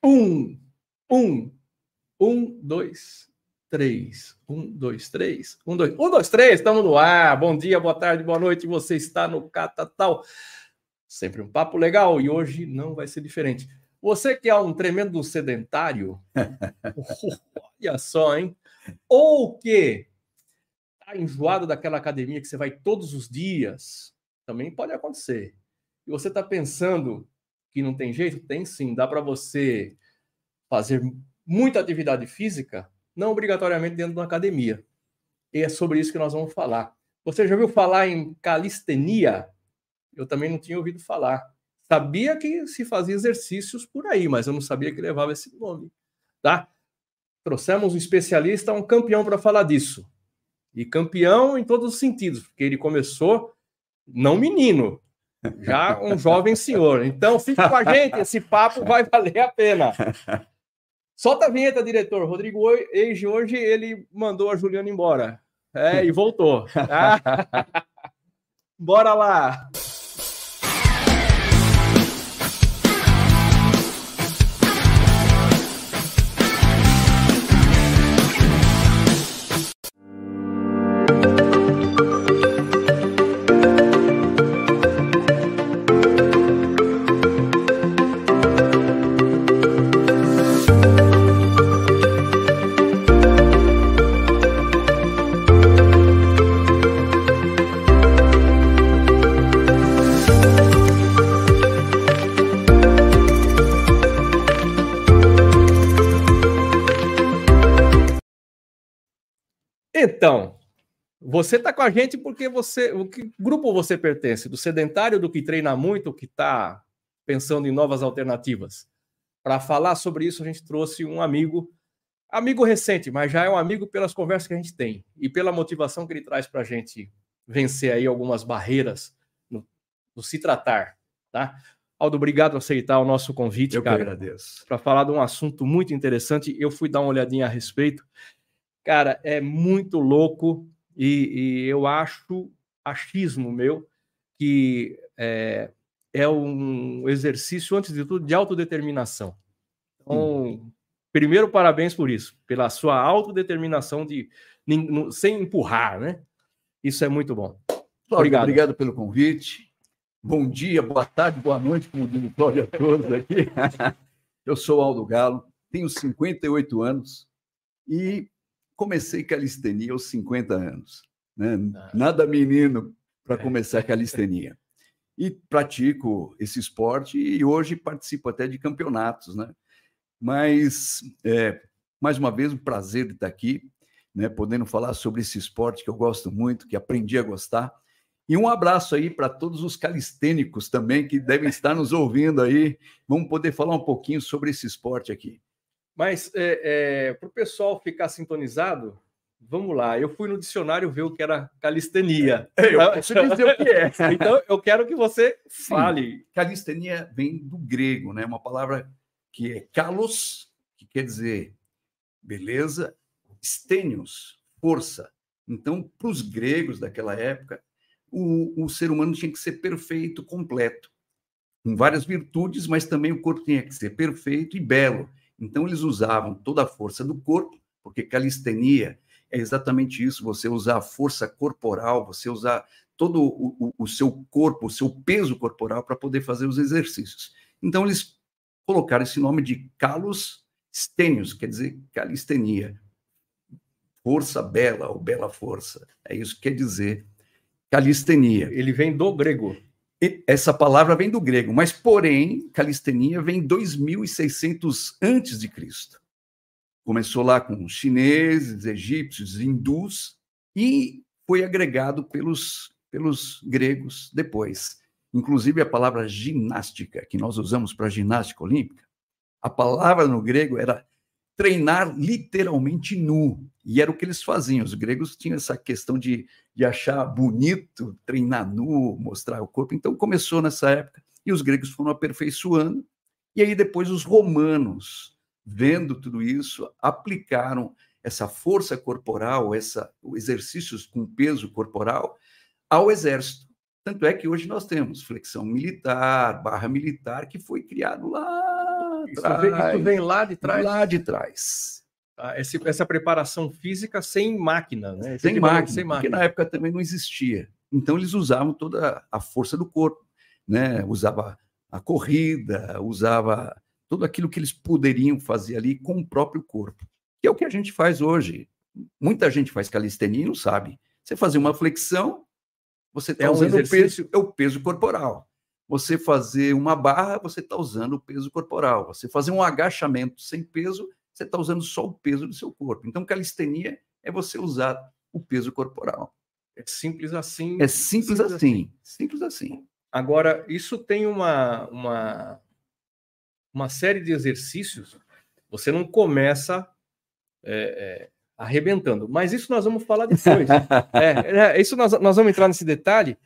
Um, um, um, dois, três. Um, dois, três. Um, dois, três. Estamos no ar. Bom dia, boa tarde, boa noite. Você está no Catatal. Sempre um papo legal e hoje não vai ser diferente. Você que é um tremendo sedentário, olha só, hein? Ou que está enjoado daquela academia que você vai todos os dias, também pode acontecer. E você está pensando que não tem jeito? Tem sim, dá para você fazer muita atividade física, não obrigatoriamente dentro de uma academia. E é sobre isso que nós vamos falar. Você já ouviu falar em calistenia? Eu também não tinha ouvido falar. Sabia que se fazia exercícios por aí, mas eu não sabia que levava esse nome. Tá? Trouxemos um especialista, um campeão para falar disso. E campeão em todos os sentidos, porque ele começou não menino, já um jovem senhor. Então, fique com a gente, esse papo vai valer a pena. Solta a vinheta, diretor. Rodrigo Eiji, hoje ele mandou a Juliana embora. E voltou. Tá? Bora lá. Então, você está com a gente porque o que grupo você pertence? Do sedentário, do que treina muito, que está pensando em novas alternativas? Para falar sobre isso, a gente trouxe um amigo recente, mas já é um amigo pelas conversas que a gente tem e pela motivação que ele traz para a gente vencer aí algumas barreiras no se tratar, tá? Aldo, obrigado por aceitar o nosso convite, cara. Eu que agradeço. Para falar de um assunto muito interessante, eu fui dar uma olhadinha a respeito. Cara, é muito louco e eu acho, achismo meu, que é um exercício, antes de tudo, de autodeterminação. Então, primeiro, parabéns por isso, pela sua autodeterminação sem empurrar, né? Isso é muito bom. Cláudio, obrigado pelo convite. Bom dia, boa tarde, boa noite, como diz o Cláudio a todos aqui. Eu sou Aldo Galo, tenho 58 anos e comecei calistenia aos 50 anos. Né? Nada menino para começar calistenia. E pratico esse esporte e hoje participo até de campeonatos, né? Mas, mais uma vez, um prazer de estar aqui, né? Podendo falar sobre esse esporte que eu gosto muito, que aprendi a gostar. E um abraço aí para todos os calistênicos também que devem estar nos ouvindo aí. Vamos poder falar um pouquinho sobre esse esporte aqui. Mas, para o pessoal ficar sintonizado, vamos lá. Eu fui no dicionário ver o que era calistenia. Eu posso dizer o que é. Então, eu quero que você fale. Sim. Calistenia vem do grego, né? Uma palavra que é kalos, que quer dizer beleza, stenios, força. Então, para os gregos daquela época, o ser humano tinha que ser perfeito, completo, com várias virtudes, mas também o corpo tinha que ser perfeito e belo. Então, eles usavam toda a força do corpo, porque calistenia é exatamente isso, você usar a força corporal, você usar todo o seu corpo, o seu peso corporal para poder fazer os exercícios. Então, eles colocaram esse nome de kalos stenios, quer dizer calistenia, força bela ou bela força. É isso que quer dizer calistenia. Ele vem do grego. Essa palavra vem do grego, mas, porém, calistenia vem 2.600 antes de Cristo. Começou lá com chineses, egípcios, hindus e foi agregado pelos gregos depois. Inclusive, a palavra ginástica, que nós usamos para ginástica olímpica, a palavra no grego era treinar literalmente nu. E era o que eles faziam. Os gregos tinham essa questão de achar bonito, treinar nu, mostrar o corpo. Então, começou nessa época e os gregos foram aperfeiçoando. E aí, depois, os romanos, vendo tudo isso, aplicaram essa força corporal, exercícios com peso corporal ao exército. Tanto é que hoje nós temos flexão militar, barra militar, que foi criado lá Isso vem lá de trás? Lá de trás. Essa preparação física sem máquina, né? Sem máquina, porque na época também não existia. Então, eles usavam toda a força do corpo, né? Usava a corrida, usava tudo aquilo que eles poderiam fazer ali com o próprio corpo, que é o que a gente faz hoje. Muita gente faz calistenia e não sabe. Você fazer uma flexão, você está usando o peso corporal. Você fazer uma barra, você está usando o peso corporal. Você fazer um agachamento sem peso, você está usando só o peso do seu corpo. Então, calistenia é você usar o peso corporal. É simples assim. É simples assim. Simples assim. Agora, isso tem uma série de exercícios. Você não começa arrebentando. Mas isso nós vamos falar depois. Isso nós vamos entrar nesse detalhe.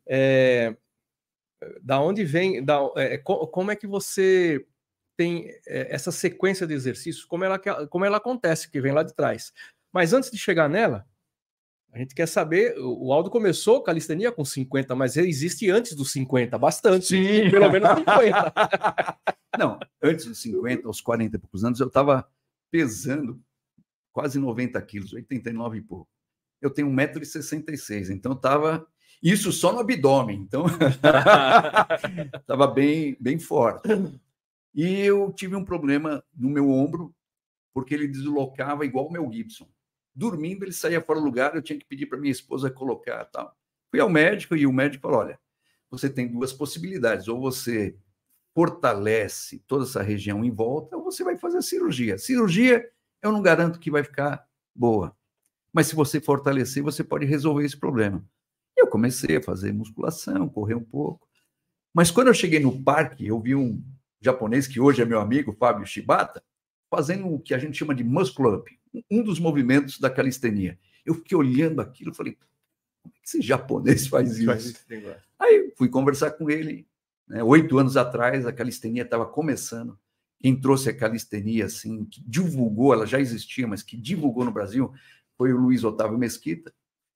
Da onde vem... como é que você tem essa sequência de exercícios, como ela acontece, que vem lá de trás. Mas antes de chegar nela, a gente quer saber, o Aldo começou calistenia com 50, mas ele existe antes dos 50, bastante. Sim. Pelo menos 50. Não, antes dos 50, aos 40 e poucos anos, eu estava pesando quase 90 quilos, 89 e pouco. Eu tenho 1,66 m, então estava... Isso só no abdômen, então estava bem forte. E eu tive um problema no meu ombro, porque ele deslocava igual o Mel Gibson. Dormindo, ele saía fora do lugar, eu tinha que pedir para minha esposa colocar tal. Fui ao médico e o médico falou, olha, você tem duas possibilidades, ou você fortalece toda essa região em volta, ou você vai fazer a cirurgia. Cirurgia, eu não garanto que vai ficar boa, mas se você fortalecer, você pode resolver esse problema. Eu comecei a fazer musculação, correr um pouco, mas quando eu cheguei no parque, eu vi um japonês, que hoje é meu amigo, Fábio Shibata, fazendo o que a gente chama de muscle up, um dos movimentos da calistenia. Eu fiquei olhando aquilo e falei, como é que esse japonês faz isso? Aí fui conversar com ele, né? 8 anos atrás, a calistenia estava começando. Quem trouxe a calistenia, assim, que divulgou, ela já existia, mas que divulgou no Brasil, foi o Luiz Otávio Mesquita,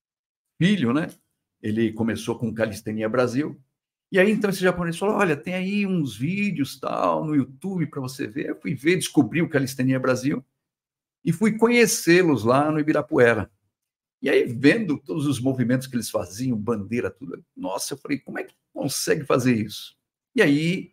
filho, né? Ele começou com Calistenia Brasil. E aí, então, esse japonês falou, olha, tem aí uns vídeos, tal, no YouTube para você ver. Eu fui ver, descobri o Calistenia Brasil e fui conhecê-los lá no Ibirapuera. E aí, vendo todos os movimentos que eles faziam, bandeira, tudo, nossa, eu falei, como é que consegue fazer isso? E aí,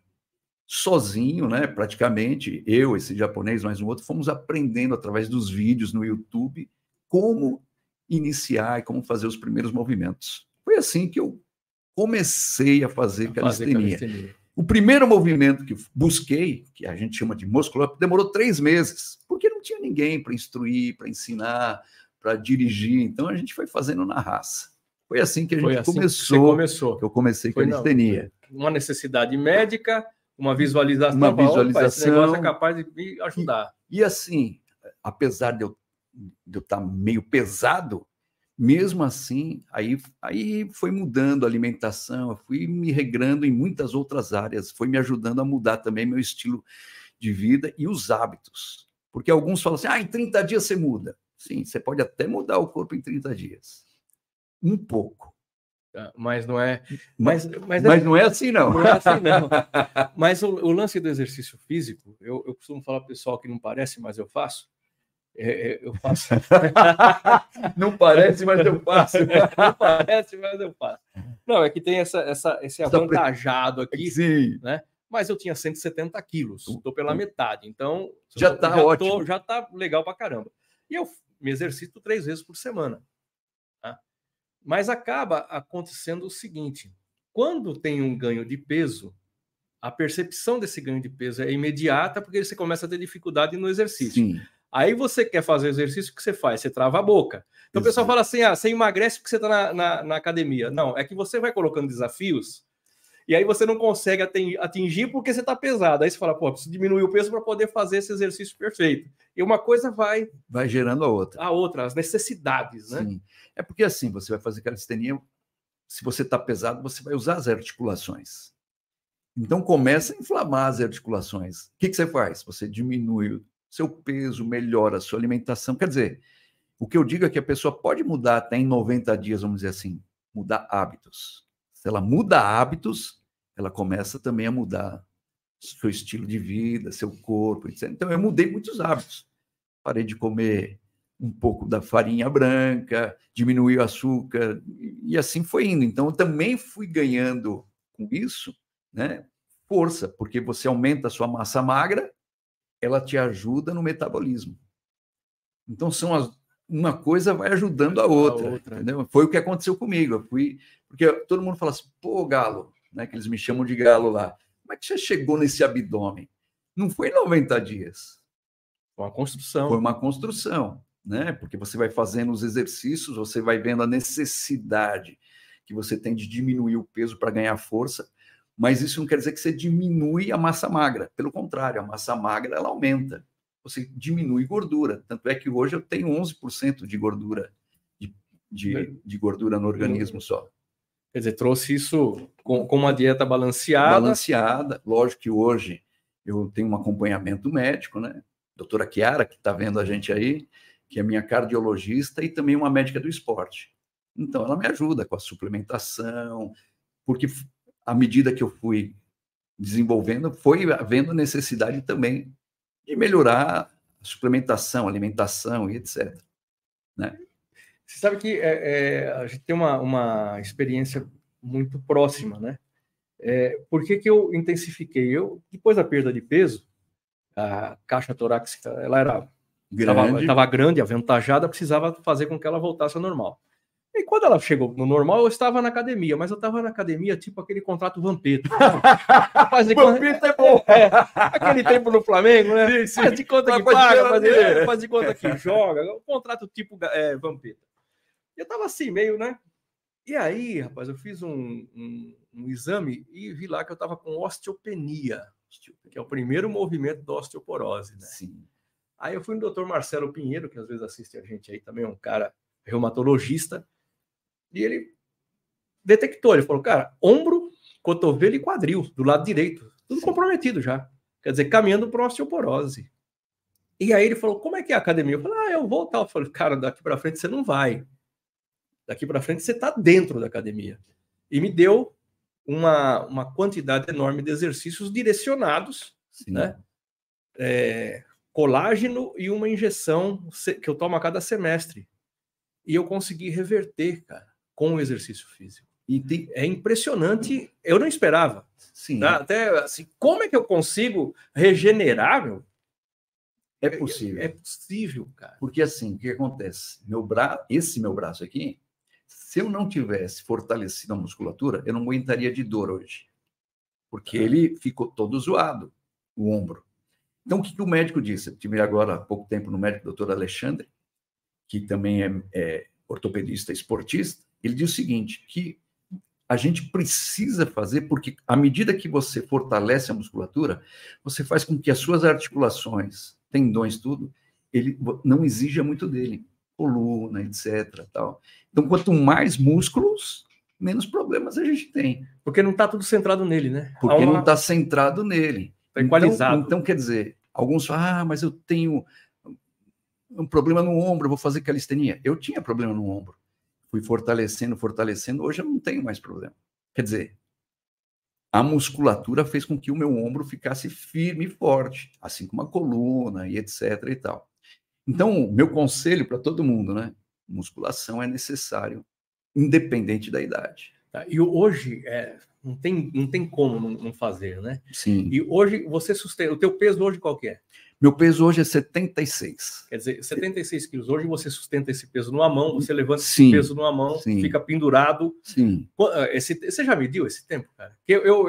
sozinho, né, praticamente, eu, esse japonês, mais um outro, fomos aprendendo através dos vídeos no YouTube como iniciar e como fazer os primeiros movimentos. Foi assim que eu comecei a fazer calistenia. O primeiro movimento que busquei, que a gente chama de muscle up, demorou 3 meses, porque não tinha ninguém para instruir, para ensinar, para dirigir. Então, a gente foi fazendo na raça. Foi assim que a gente começou. Que eu comecei calistenia. Uma necessidade médica, uma visualização. Uma visualização. Esse negócio é capaz de me ajudar. E assim, apesar de eu estar meio pesado, mesmo assim, aí foi mudando a alimentação, eu fui me regrando em muitas outras áreas, foi me ajudando a mudar também meu estilo de vida e os hábitos. Porque alguns falam assim, em 30 dias você muda. Sim, você pode até mudar o corpo em 30 dias. Um pouco. Mas não é... Mas não é assim, não. Não é assim, não. Mas o lance do exercício físico, eu costumo falar para o pessoal que não parece, mas eu faço. Eu faço. Não parece, mas eu faço. Não parece, mas eu faço. Não, é que tem esse avantajado aqui, sim, né? Mas eu tinha 170 quilos, estou pela metade, então já está ótimo. Já está legal para caramba. E eu me exercito 3 vezes por semana. Tá? Mas acaba acontecendo o seguinte: quando tem um ganho de peso, a percepção desse ganho de peso é imediata, porque você começa a ter dificuldade no exercício. Sim. Aí você quer fazer exercício, o que você faz? Você trava a boca. Então o pessoal fala assim, você emagrece porque você está na academia. Não, é que você vai colocando desafios e aí você não consegue atingir porque você está pesado. Aí você fala, preciso diminuir o peso para poder fazer esse exercício perfeito. E uma coisa vai gerando a outra. A outra, as necessidades, né? Sim. É porque assim, você vai fazer calistenia, se você está pesado, você vai usar as articulações. Então começa a inflamar as articulações. O que você faz? Você diminui seu peso, melhora a sua alimentação. Quer dizer, o que eu digo é que a pessoa pode mudar até em 90 dias, vamos dizer assim, mudar hábitos. Se ela muda hábitos, ela começa também a mudar seu estilo de vida, seu corpo, etc. Então, eu mudei muitos hábitos. Parei de comer um pouco da farinha branca, diminuí o açúcar, e assim foi indo. Então, eu também fui ganhando com isso, né, força, porque você aumenta a sua massa magra, ela te ajuda no metabolismo. Então, uma coisa vai ajudando a outra, entendeu? Foi o que aconteceu comigo. Eu fui, porque todo mundo fala assim, pô, Galo, né, que eles me chamam de Galo lá. Como é que você chegou nesse abdômen? Não foi em 90 dias. Foi uma construção. Foi uma construção, né? Porque você vai fazendo os exercícios, você vai vendo a necessidade que você tem de diminuir o peso para ganhar força, mas isso não quer dizer que você diminui a massa magra. Pelo contrário, a massa magra ela aumenta. Você diminui gordura. Tanto é que hoje eu tenho 11% de gordura, de gordura no organismo só. Quer dizer, trouxe isso com uma dieta balanceada. Balanceada. Lógico que hoje eu tenho um acompanhamento médico, né? Doutora Chiara, que está vendo a gente aí, que é minha cardiologista e também uma médica do esporte. Então, ela me ajuda com a suplementação, porque à medida que eu fui desenvolvendo, foi havendo necessidade também de melhorar a suplementação, alimentação e etc. Né? Você sabe que a gente tem uma experiência muito próxima, né? Por que eu intensifiquei? Depois da perda de peso, a caixa torácica ela era estava grande, avantajada, precisava fazer com que ela voltasse ao normal. E quando ela chegou no normal, eu estava na academia, mas eu estava na academia tipo aquele contrato Vampeta. Vampeta é bom! Aquele tempo no Flamengo, né? Sim, sim. Faz de conta que paga, faz de conta que joga. O contrato tipo Vampeta. Eu estava assim, meio, né? E aí, rapaz, eu fiz um exame e vi lá que eu estava com osteopenia, que é o primeiro movimento da osteoporose, né? Sim. Aí eu fui no Dr. Marcelo Pinheiro, que às vezes assiste a gente aí também, um cara reumatologista, e ele detectou, ele falou, cara, ombro, cotovelo e quadril, do lado direito, tudo comprometido já. Quer dizer, caminhando para osteoporose. E aí ele falou, como é que é a academia? Eu falei, eu vou tal. Eu falei, cara, daqui para frente você não vai. Daqui para frente você está dentro da academia. E me deu uma quantidade enorme de exercícios direcionados, né? Colágeno e uma injeção que eu tomo a cada semestre. E eu consegui reverter, cara, com o exercício físico. É impressionante, eu não esperava. Sim. Tá? Até assim, como é que eu consigo regenerar, meu? É possível. É possível, cara. Porque assim, o que acontece? Esse meu braço aqui, se eu não tivesse fortalecido a musculatura, eu não aguentaria de dor hoje. Porque ele ficou todo zoado, o ombro. Então, o que o médico disse? Eu tive agora há pouco tempo no médico, doutor Alexandre, que também é ortopedista esportista. Ele diz o seguinte, que a gente precisa fazer, porque à medida que você fortalece a musculatura, você faz com que as suas articulações, tendões, tudo, ele não exija muito dele, coluna, etc. Tal. Então, quanto mais músculos, menos problemas a gente tem. Porque não está tudo centrado nele, né? Porque não está centrado nele. Está equalizado. Então, quer dizer, alguns falam, mas eu tenho um problema no ombro, vou fazer calistenia. Eu tinha problema no ombro. Fui fortalecendo, hoje eu não tenho mais problema. Quer dizer, a musculatura fez com que o meu ombro ficasse firme e forte, assim como a coluna e etc e tal. Então, meu conselho para todo mundo, né? Musculação é necessário, independente da idade. E hoje, não tem como não fazer, né? Sim. E hoje, você sustenta, o teu peso hoje qual que é? Meu peso hoje é 76. Quer dizer, 76 quilos. Hoje você sustenta esse peso numa mão, você levanta esse peso numa mão, fica pendurado. Sim. Você já mediu esse tempo, cara?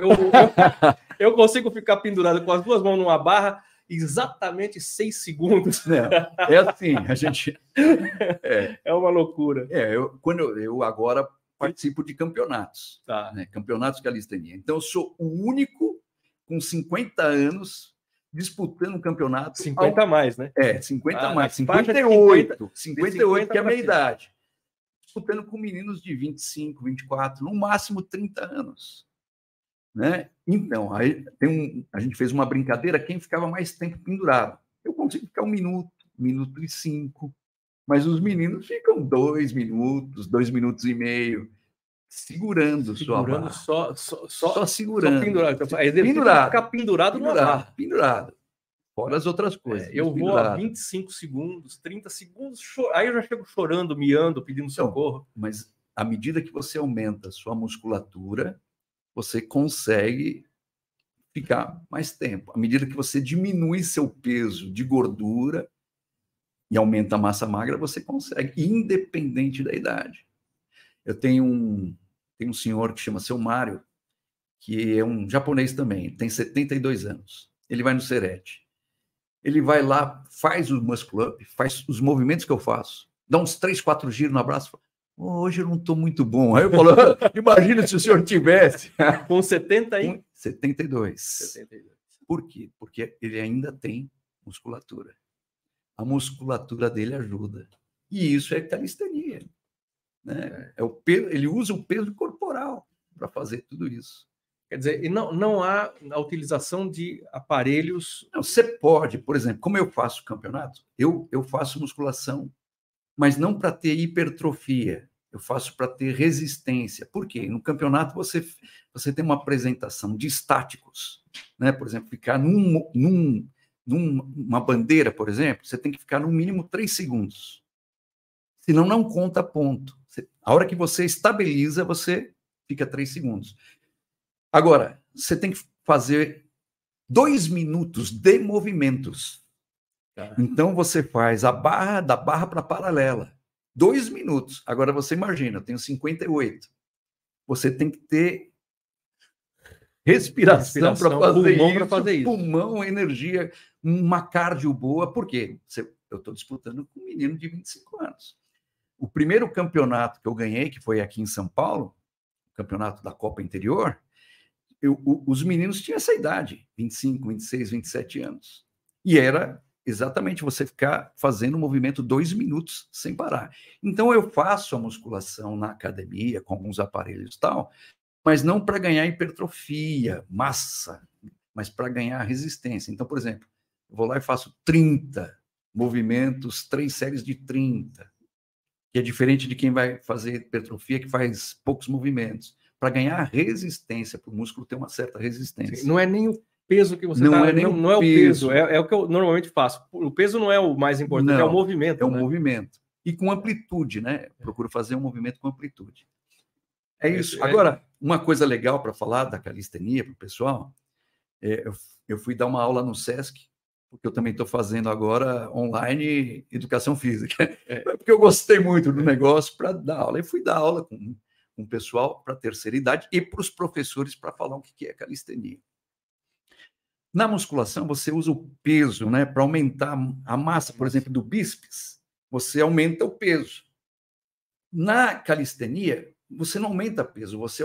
Eu consigo ficar pendurado com as duas mãos numa barra exatamente 6 segundos. É assim, a gente... É uma loucura. Eu agora participo de campeonatos. Tá. Né? Campeonatos de calistenia. Então, eu sou o único com 50 anos disputando um campeonato. 50 a mais, né? 50 a mais. 58. 58, que é a minha idade. Disputando com meninos de 25, 24, no máximo 30 anos. Né? Então, aí a gente fez uma brincadeira, quem ficava mais tempo pendurado. Eu consigo ficar 1 minuto e 5, mas os meninos ficam 2 minutos, 2 minutos e meio. segurando sua barra. Só segurando. Só pendurado. Então, pendurado. Ficar pendurado numa barra. Pendurado. Fora as outras coisas. Eu vou a 25 segundos, 30 segundos, aí eu já chego chorando, miando, pedindo socorro. Mas à medida que você aumenta a sua musculatura, você consegue ficar mais tempo. À medida que você diminui seu peso de gordura e aumenta a massa magra, você consegue, independente da idade. Eu tenho um senhor que chama Seu Mário, que é um japonês também, tem 72 anos. Ele vai no Serete. Ele vai lá, faz o muscle up, faz os movimentos que eu faço, dá uns 3, 4 giros no abraço, fala, hoje eu não estou muito bom. Aí eu falo, imagina se o senhor tivesse. Com 72. Por quê? Porque ele ainda tem musculatura. A musculatura dele ajuda. E isso é calistenia. Né? Ele usa o peso corporal para fazer tudo isso. Quer dizer, e não há a utilização de aparelhos... Não, você pode, por exemplo, como eu faço campeonato, eu faço musculação, mas não para ter hipertrofia, eu faço para ter resistência. Por quê? No campeonato você tem uma apresentação de estáticos, né? Por exemplo, ficar numa bandeira, por exemplo, você tem que ficar no mínimo 3 segundos. Senão não conta ponto. A hora que você estabiliza, você fica 3 segundos. Agora, você tem que fazer 2 minutos de movimentos. Então, você faz da barra para a paralela. 2 minutos. Agora, você imagina, eu tenho 58. Você tem que ter respiração para fazer isso. Pulmão, energia, uma cardio boa. Por quê? Eu estou disputando com um menino de 25 anos. O primeiro campeonato que eu ganhei, que foi aqui em São Paulo, o campeonato da Copa Interior, os meninos tinham essa idade, 25, 26, 27 anos. E era exatamente você ficar fazendo o movimento 2 minutos sem parar. Então, eu faço a musculação na academia, com alguns aparelhos e tal, mas não para ganhar hipertrofia, massa, mas para ganhar resistência. Então, por exemplo, eu vou lá e faço 30 movimentos, 3 séries de 30, que é diferente de quem vai fazer hipertrofia, que faz poucos movimentos. Para ganhar resistência, para o músculo ter uma certa resistência. Sim, não é nem o peso que você está... Não é o peso, é o que eu normalmente faço. O peso não é o mais importante, é o movimento. É o movimento. E com amplitude, né? Procuro fazer um movimento com amplitude. É isso. Agora, uma coisa legal para falar da calistenia para o pessoal, eu fui dar uma aula no SESC, porque eu também estou fazendo agora online educação física. Porque eu gostei muito do negócio para dar aula. Eu fui dar aula com o pessoal para a terceira idade e para os professores para falar o que é calistenia. Na musculação, você usa o peso, né, para aumentar a massa, por exemplo, do bíceps. Você aumenta o peso. Na calistenia, você não aumenta peso, você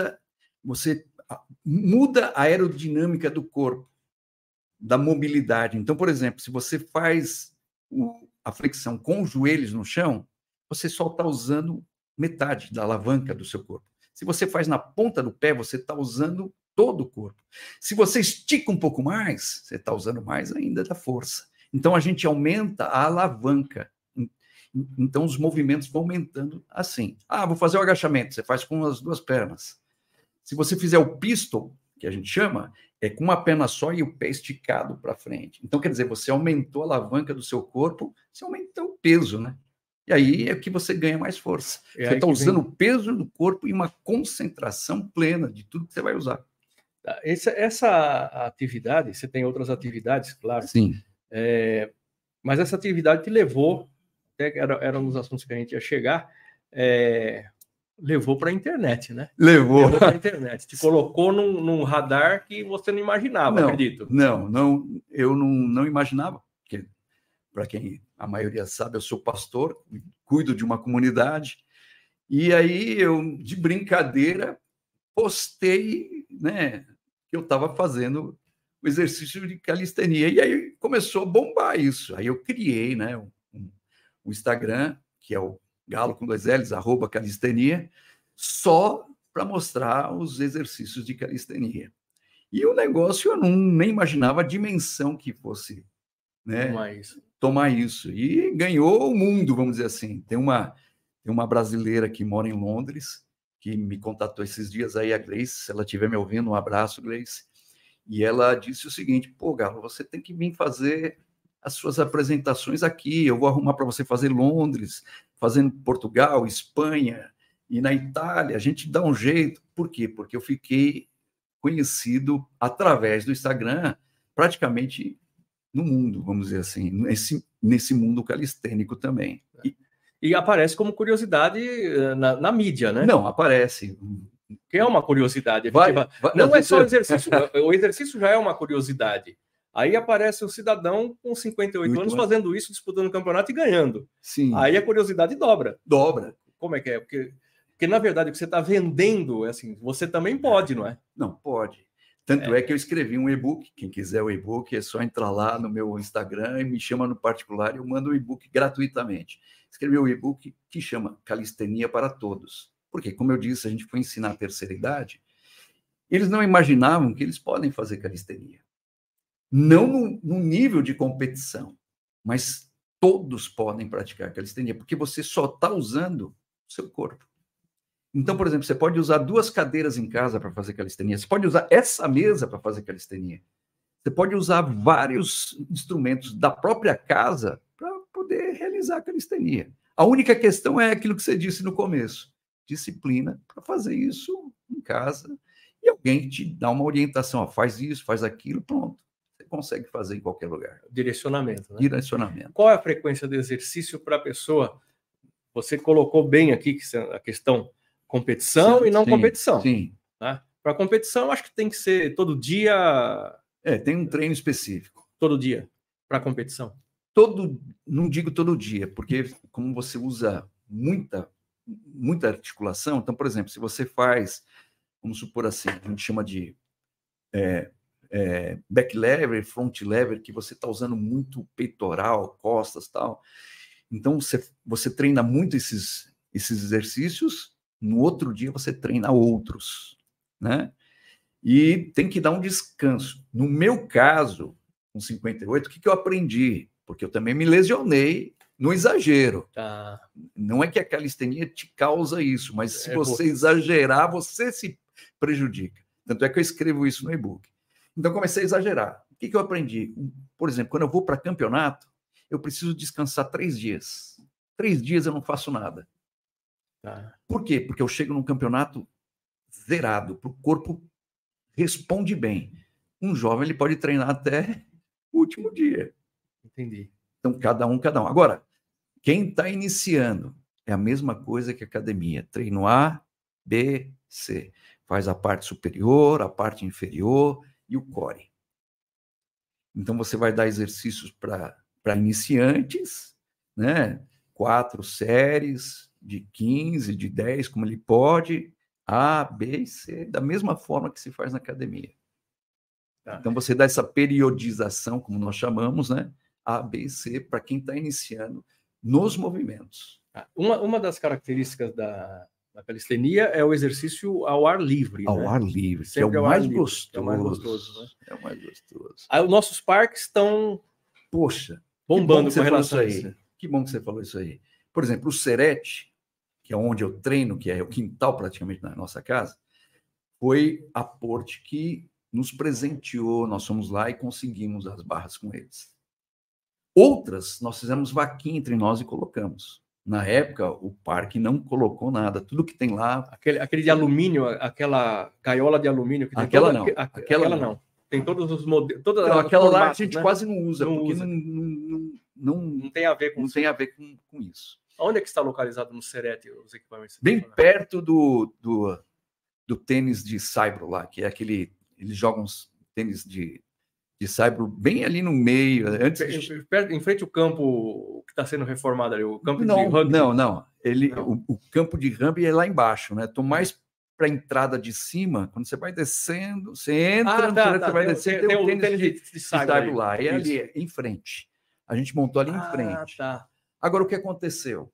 muda a aerodinâmica do corpo, da mobilidade. Então, por exemplo, se você faz a flexão com os joelhos no chão, você só está usando metade da alavanca do seu corpo. Se você faz na ponta do pé, você está usando todo o corpo. Se você estica um pouco mais, você está usando mais ainda da força. Então, a gente aumenta a alavanca. Então, os movimentos vão aumentando assim. Vou fazer o agachamento. Você faz com as 2 pernas. Se você fizer o pistol, que a gente chama, é com uma perna só e o pé esticado para frente. Então, quer dizer, você aumentou a alavanca do seu corpo, você aumentou o peso, né? E aí é que você ganha mais força. Você está usando o peso do corpo e uma concentração plena de tudo que você vai usar. Essa atividade, você tem outras atividades, claro. Sim. Mas essa atividade te levou, até era um dos assuntos que a gente ia chegar, levou para a internet, né? Levou para a internet. Te colocou num radar que você não imaginava, acredito. Não, eu não imaginava. Porque, para quem a maioria sabe, eu sou pastor, cuido de uma comunidade, e aí eu, de brincadeira, postei, né, que eu estava fazendo o exercício de calistenia, e aí começou a bombar isso. Aí eu criei, né, o Instagram, que é o Galo com 2 L's, @calistenia, só para mostrar os exercícios de calistenia. E o negócio eu nem imaginava a dimensão que fosse, né, tomar isso. E ganhou o mundo, vamos dizer assim. Tem uma brasileira que mora em Londres, que me contatou esses dias aí, a Gleice, se ela estiver me ouvindo, um abraço, Gleice. E ela disse o seguinte: pô, Galo, você tem que vir fazer as suas apresentações aqui, eu vou arrumar para você fazer Londres, fazendo Portugal, Espanha e na Itália, a gente dá um jeito. Por quê? Porque eu fiquei conhecido através do Instagram, praticamente no mundo, vamos dizer assim, nesse mundo calistênico também. E aparece como curiosidade na mídia, né? Não, aparece. Que é uma curiosidade. Não é só o exercício. O exercício já é uma curiosidade. Aí aparece um cidadão com 58 anos fazendo isso, disputando o campeonato e ganhando. Sim. Aí a curiosidade dobra. Dobra. Como é que é? Porque na verdade, o que você está vendendo, assim, você também pode, não é? Não, pode. Tanto é que eu escrevi um e-book. Quem quiser o e-book, é só entrar lá no meu Instagram e me chama no particular e eu mando o e-book gratuitamente. Escrevi um e-book que chama Calistenia para Todos. Porque, como eu disse, a gente foi ensinar a terceira idade, eles não imaginavam que eles podem fazer calistenia. Não no nível de competição, mas todos podem praticar calistenia, porque você só está usando o seu corpo. Então, por exemplo, você pode usar 2 cadeiras em casa para fazer calistenia, você pode usar essa mesa para fazer calistenia, você pode usar vários instrumentos da própria casa para poder realizar a calistenia. A única questão é aquilo que você disse no começo, disciplina para fazer isso em casa, e alguém te dá uma orientação, ó, faz isso, faz aquilo, pronto. Você consegue fazer em qualquer lugar. Direcionamento, né? Direcionamento. Qual é a frequência do exercício para a pessoa? Você colocou bem aqui a questão competição e não competição. Sim. Né? Para competição, acho que tem que ser todo dia. Tem um treino específico. Todo dia, para competição. Não digo todo dia, porque como você usa muita articulação, então, por exemplo, se você faz, vamos supor assim, a gente chama de back lever, front lever, que você está usando muito peitoral, costas e tal. Então, você treina muito esses exercícios, no outro dia você treina outros, né? E tem que dar um descanso. No meu caso, com 58, o que eu aprendi? Porque eu também me lesionei no exagero. Não é que a calistenia te causa isso, mas se você exagerar, você se prejudica. Tanto é que eu escrevo isso no e-book. Então, comecei a exagerar. O que eu aprendi? Por exemplo, quando eu vou para campeonato, eu preciso descansar 3 dias. 3 dias eu não faço nada. Por quê? Porque eu chego num campeonato zerado, o corpo responde bem. Um jovem ele pode treinar até o último dia. Entendi. Então, cada um. Agora, quem está iniciando é a mesma coisa que a academia. Treino A, B, C. Faz a parte superior, a parte inferior e o core. Então, você vai dar exercícios para iniciantes, né? 4 séries de 15, de 10, como ele pode, A, B e C, da mesma forma que se faz na academia. Então, você dá essa periodização, como nós chamamos, né? A, B e C, para quem está iniciando nos movimentos. Uma das características da calistenia é o exercício ao ar livre. Ao ar livre, que é o mais gostoso. É o mais gostoso, né? É o mais gostoso. Aí, os nossos parques estão bombando com relação a isso. Que bom que você falou isso aí. Por exemplo, o Serete, que é onde eu treino, que é o quintal praticamente da nossa casa, foi a Porte que nos presenteou, nós fomos lá e conseguimos as barras com eles. Outras, nós fizemos vaquinha entre nós e colocamos. Na época, o parque não colocou nada. Tudo que tem lá... Aquele de alumínio, aquela gaiola de alumínio... que tem aquela toda, não. Aquela não. Tem todos os modelos... Aquela lá a gente quase não usa, porque não tem a ver com não isso. Tem a ver com isso. Onde é que está localizado no Serete os equipamentos? Bem perto do tênis de saibro lá, que é aquele... Eles jogam tênis de saibro bem ali no meio. Em frente ao campo que está sendo reformado ali, o campo de rugby. Não. O campo de rugby é lá embaixo, né? Estou mais para a entrada de cima, quando você vai descendo, você entra, você vai descendo, tem um tênis de saibro lá. É ali, em frente. A gente montou ali em frente. Agora, o que aconteceu?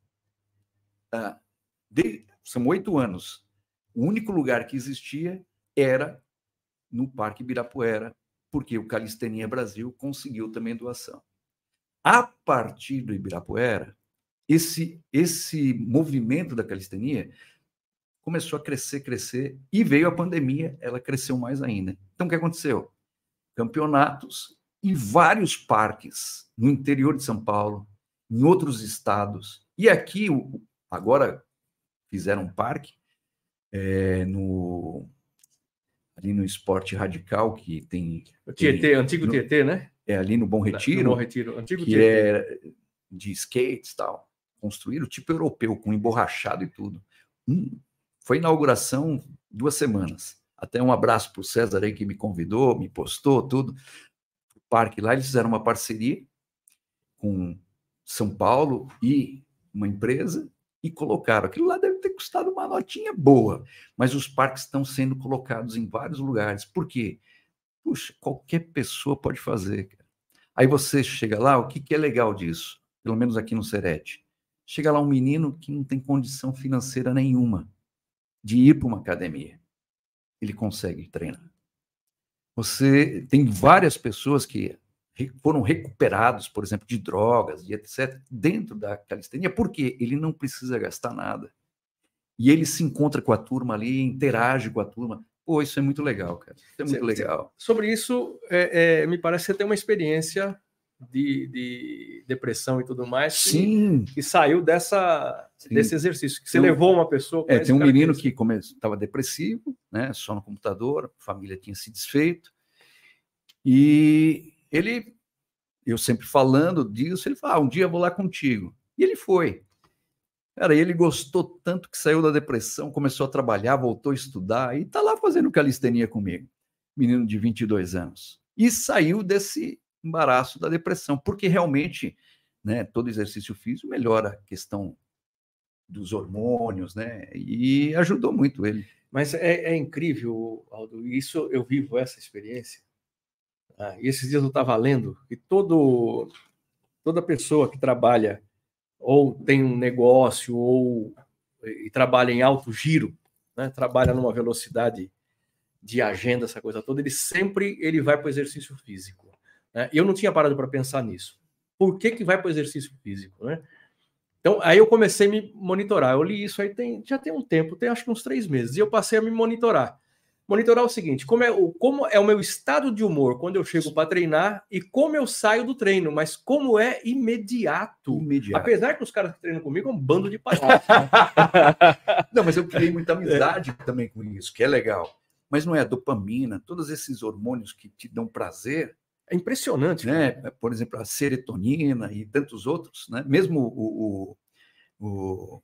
São 8 anos. O único lugar que existia era no Parque Ibirapuera, porque o Calistenia Brasil conseguiu também doação. A partir do Ibirapuera, esse movimento da calistenia começou a crescer, e veio a pandemia, ela cresceu mais ainda. Então, o que aconteceu? Campeonatos em vários parques, no interior de São Paulo, em outros estados. E aqui, agora, fizeram um parque ali no Esporte Radical, que tem... O Tietê, antigo Tietê, né? É ali no Bom Retiro. No Bom Retiro, antigo que Tietê. É de skates e tal. Construíram tipo europeu, com emborrachado e tudo. Foi inauguração 2 semanas. Até um abraço para o César aí, que me convidou, me postou, tudo. O parque lá, eles fizeram uma parceria com São Paulo e uma empresa e colocaram. Aquilo lá deve ter custado uma notinha boa, mas os parques estão sendo colocados em vários lugares. Por quê? Puxa, qualquer pessoa pode fazer. Aí você chega lá, o que é legal disso? Pelo menos aqui no Serete. Chega lá um menino que não tem condição financeira nenhuma de ir para uma academia. Ele consegue treinar. Você tem várias pessoas que foram recuperados, por exemplo, de drogas e etc., dentro da calistenia, porque ele não precisa gastar nada. E ele se encontra com a turma ali, interage com a turma. Pô, isso é muito legal, cara. Isso é muito legal. Sobre isso, me parece que você tem uma experiência de depressão e tudo mais. Sim. Que saiu desse exercício. Que você levou uma pessoa... Tem um menino que estava depressivo, né, só no computador, a família tinha se desfeito. E eu sempre falando disso, ele falou, um dia eu vou lá contigo. E ele foi. Cara, ele gostou tanto que saiu da depressão, começou a trabalhar, voltou a estudar e está lá fazendo calistenia comigo. Menino de 22 anos. E saiu desse embaraço da depressão, porque realmente, né, todo exercício físico melhora a questão dos hormônios, né, e ajudou muito ele. Mas é incrível, Aldo, isso eu vivo essa experiência. E esses dias eu estava lendo que toda pessoa que trabalha ou tem um negócio e trabalha em alto giro, né, trabalha numa velocidade de agenda, essa coisa toda, ele vai para o exercício físico. Né? Eu não tinha parado para pensar nisso. Por que vai para o exercício físico? Né? Então, aí eu comecei a me monitorar. Eu li isso aí já tem um tempo, tem acho que uns 3 meses, e eu passei a me monitorar. Monitorar o seguinte, como é o meu estado de humor quando eu chego para treinar e como eu saio do treino, mas como é imediato. Apesar que os caras que treinam comigo é um bando de palhaços. Não, mas eu criei muita amizade também com isso, que é legal. Mas não é a dopamina, todos esses hormônios que te dão prazer. É impressionante. Né? Por exemplo, a serotonina e tantos outros, né? Mesmo o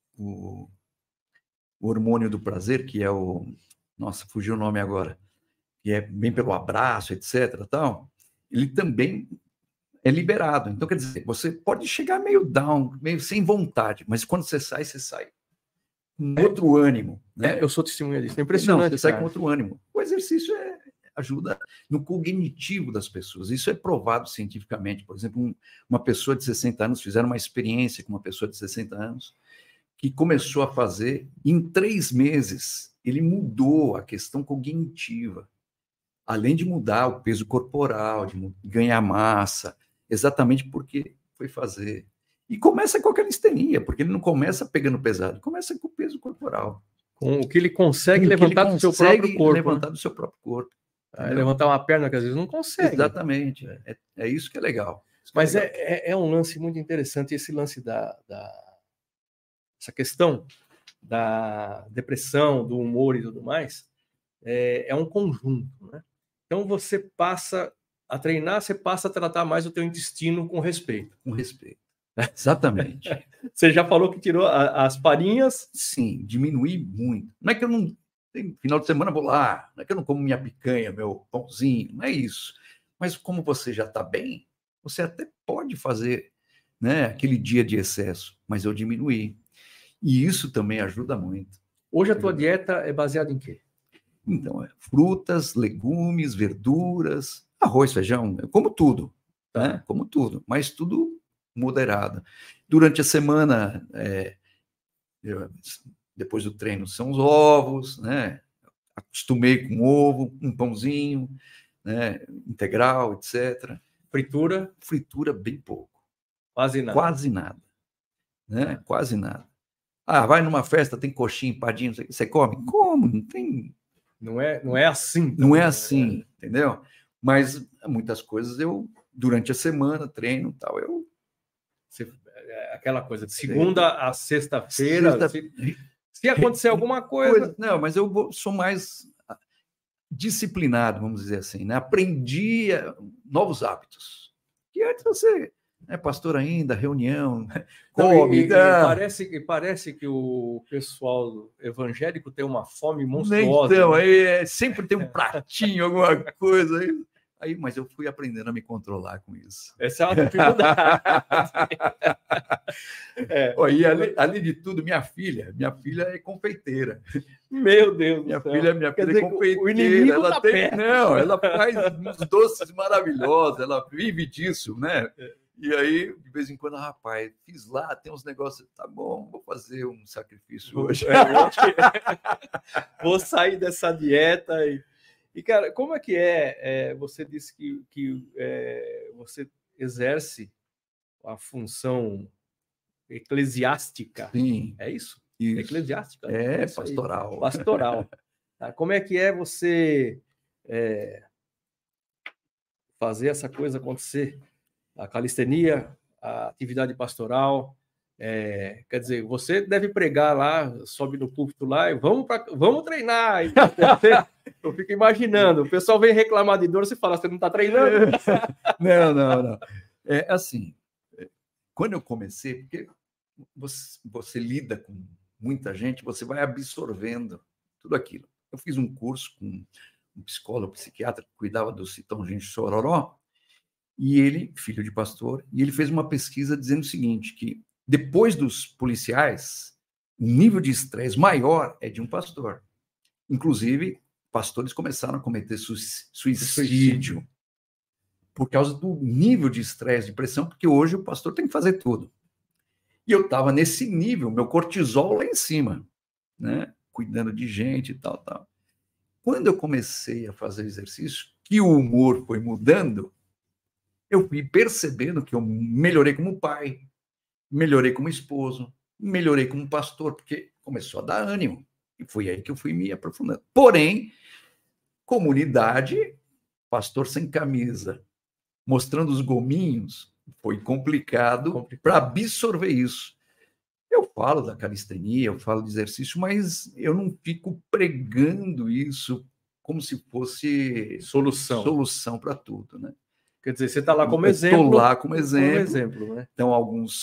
hormônio do prazer, que é o... Nossa, fugiu o nome agora. Que é bem pelo abraço, etc. Tal, ele também é liberado. Então, quer dizer, você pode chegar meio down, meio sem vontade, mas quando você sai com outro ânimo. Né? Eu sou testemunha disso. É impressionante. Não, você sai com outro ânimo. O exercício ajuda no cognitivo das pessoas. Isso é provado cientificamente. Por exemplo, uma pessoa de 60 anos, fizeram uma experiência com uma pessoa de 60 anos, que começou a fazer, em 3 meses, ele mudou a questão cognitiva. Além de mudar o peso corporal, de ganhar massa, exatamente porque foi fazer. E começa com a calistenia, porque ele não começa pegando pesado, começa com o peso corporal. Com o que ele consegue levantar do seu próprio corpo. Levantar do seu próprio corpo. Levantar uma perna que às vezes não consegue. Exatamente. É isso que é legal. Mas é um lance muito interessante, esse lance essa questão da depressão, do humor e tudo mais, é um conjunto, né? Então você passa a treinar, você passa a tratar mais o teu intestino com respeito. Com respeito. Exatamente. Você já falou que tirou as farinhas? Sim, diminui muito. Não é que eu não... Final de semana vou lá, não é que eu não como minha picanha, meu pãozinho, não é isso. Mas como você já está bem, você até pode fazer, né, aquele dia de excesso, mas eu diminuí. E isso também ajuda muito. Hoje a tua dieta é baseada em quê? Então, frutas, legumes, verduras, arroz, feijão, eu como tudo, né? Como tudo, mas tudo moderado. Durante a semana, depois do treino, são os ovos, né? Acostumei com ovo, um pãozinho, né? Integral, etc. Fritura bem pouco. Quase nada. Quase nada. Né? Quase nada. Ah, vai numa festa, tem coxinha, empadinha, você come? Como? Não tem... Não é assim. Não é assim, entendeu? Mas muitas coisas eu, durante a semana, treino e tal, aquela coisa, de segunda a sexta-feira, se acontecer alguma coisa... Não, mas eu sou mais disciplinado, vamos dizer assim, né? Aprendi novos hábitos. Que antes você é pastor ainda, reunião, come. Parece que o pessoal evangélico tem uma fome monstruosa. Então, aí sempre tem um pratinho, alguma coisa. Aí, mas eu fui aprendendo a me controlar com isso. Essa é uma dificuldade. E além de tudo, minha filha é confeiteira. Meu Deus minha do céu. filha é confeiteira. O inimigo ela tá tem, perto. não, ela faz uns doces maravilhosos, ela vive disso, né? E aí, de vez em quando, rapaz, fiz lá, tem uns negócios, tá bom, vou fazer um sacrifício hoje. Vou sair dessa dieta. E cara, como é que você disse que você exerce a função eclesiástica? Sim. É isso? Isso. Eclesiástica? É, pastoral. Pastoral. Como é que você fazer essa coisa acontecer? A calistenia, a atividade pastoral, quer dizer, você deve pregar lá, sobe no púlpito lá e vamos treinar. Eu fico imaginando, o pessoal vem reclamar de dor, você fala, você não está treinando? Não. É assim, quando eu comecei, porque você lida com muita gente, você vai absorvendo tudo aquilo. Eu fiz um curso com um psicólogo, um psiquiatra que cuidava do Citão Gente Chororó, e ele, filho de pastor, e ele fez uma pesquisa dizendo o seguinte, que depois dos policiais, o nível de estresse maior é de um pastor. Inclusive, pastores começaram a cometer suicídio por causa do nível de estresse, de pressão, porque hoje o pastor tem que fazer tudo. E eu estava nesse nível, meu cortisol lá em cima, né? Cuidando de gente e tal. Quando eu comecei a fazer exercício, que o humor foi mudando, eu fui percebendo que eu melhorei como pai, melhorei como esposo, melhorei como pastor, porque começou a dar ânimo. E foi aí que eu fui me aprofundando. Porém, comunidade, pastor sem camisa, mostrando os gominhos, foi complicado para absorver isso. Eu falo da calistenia, eu falo de exercício, mas eu não fico pregando isso como se fosse solução para tudo, né? Quer dizer, você está lá como exemplo. Estou lá como exemplo, né? Então,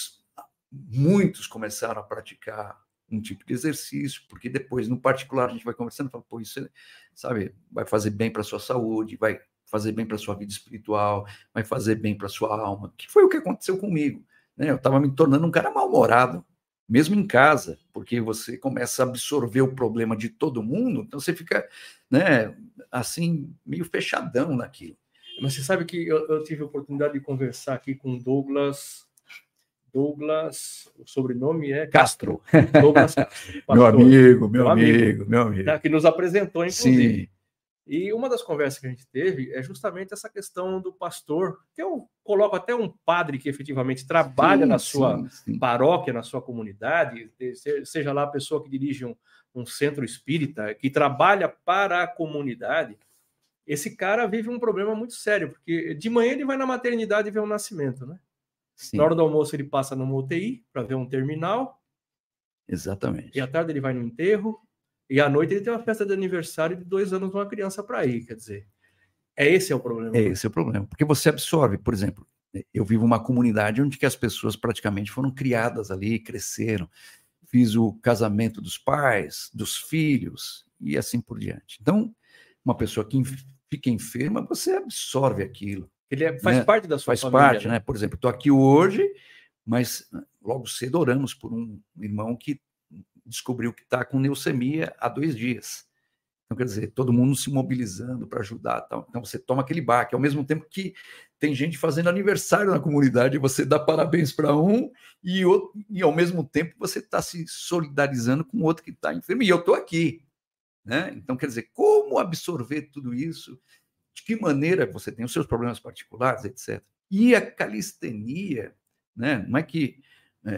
muitos começaram a praticar um tipo de exercício, porque depois, no particular, a gente vai conversando e fala, pô, isso, sabe, vai fazer bem para a sua saúde, vai fazer bem para a sua vida espiritual, vai fazer bem para a sua alma, que foi o que aconteceu comigo, né? Eu estava me tornando um cara mal-humorado, mesmo em casa, porque você começa a absorver o problema de todo mundo, então você fica, né, assim, meio fechadão naquilo. Mas você sabe que eu tive a oportunidade de conversar aqui com Douglas, o sobrenome é Castro. Douglas Castro. Pastor, meu amigo. Que nos apresentou, inclusive. Sim. E uma das conversas que a gente teve é justamente essa questão do pastor, que eu coloco até um padre que efetivamente trabalha na sua paróquia, na sua comunidade, seja lá a pessoa que dirige um centro espírita, que trabalha para a comunidade. Esse cara vive um problema muito sério, porque de manhã ele vai na maternidade ver o nascimento, né? Sim. Na hora do almoço ele passa numa UTI para ver um terminal. Exatamente. E à tarde ele vai no enterro. E à noite ele tem uma festa de aniversário de 2 anos de uma criança para ir, quer dizer. Esse é o problema. Esse é o problema. Porque você absorve, por exemplo, eu vivo uma comunidade onde que as pessoas praticamente foram criadas ali, cresceram. Fiz o casamento dos pais, dos filhos e assim por diante. Então, uma pessoa que fica enferma, você absorve aquilo. Ele faz parte da sua família. Faz parte, né? Por exemplo, estou aqui hoje, mas logo cedo oramos por um irmão que descobriu que está com leucemia há 2 dias. Então, quer dizer, todo mundo se mobilizando para ajudar. Tal. Então, você toma aquele baque, ao mesmo tempo que tem gente fazendo aniversário na comunidade, você dá parabéns para um e ao mesmo tempo você está se solidarizando com o outro que está enfermo. E eu estou aqui. Né? Então, quer dizer, como absorver tudo isso? De que maneira você tem os seus problemas particulares, etc. E a calistenia, né? Não é que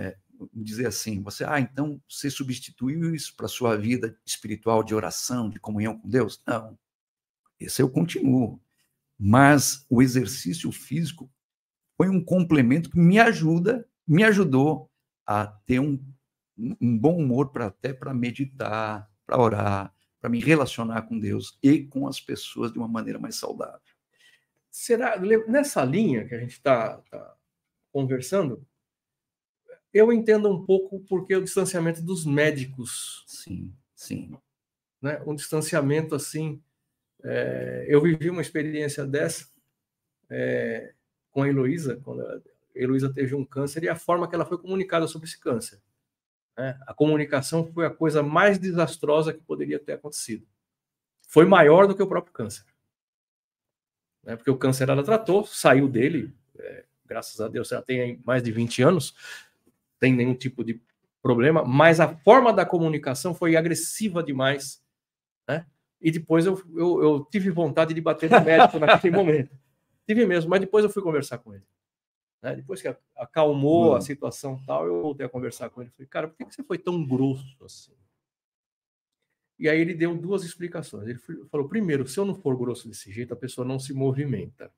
dizer assim, então você substituiu isso para a sua vida espiritual de oração, de comunhão com Deus? Não, esse eu continuo. Mas o exercício físico foi um complemento que me ajudou a ter um bom humor até para meditar, para orar, para me relacionar com Deus e com as pessoas de uma maneira mais saudável. Será, nessa linha que a gente está conversando, eu entendo um pouco porque o distanciamento dos médicos. Sim, sim. Né? Um distanciamento assim. Eu vivi uma experiência dessa com a Heloísa, quando a Heloísa teve um câncer, e a forma que ela foi comunicada sobre esse câncer. Né? A comunicação foi a coisa mais desastrosa que poderia ter acontecido. Foi maior do que o próprio câncer. Né? Porque o câncer ela tratou, saiu dele, graças a Deus, ela tem mais de 20 anos, tem nenhum tipo de problema, mas a forma da comunicação foi agressiva demais, né? E depois eu tive vontade de bater no médico naquele momento. Tive mesmo, mas depois eu fui conversar com ele. Né? Depois que acalmou a situação tal, eu voltei a conversar com ele. Falei, cara, por que você foi tão grosso assim? E aí ele deu 2 explicações. Ele falou, primeiro, se eu não for grosso desse jeito, a pessoa não se movimenta.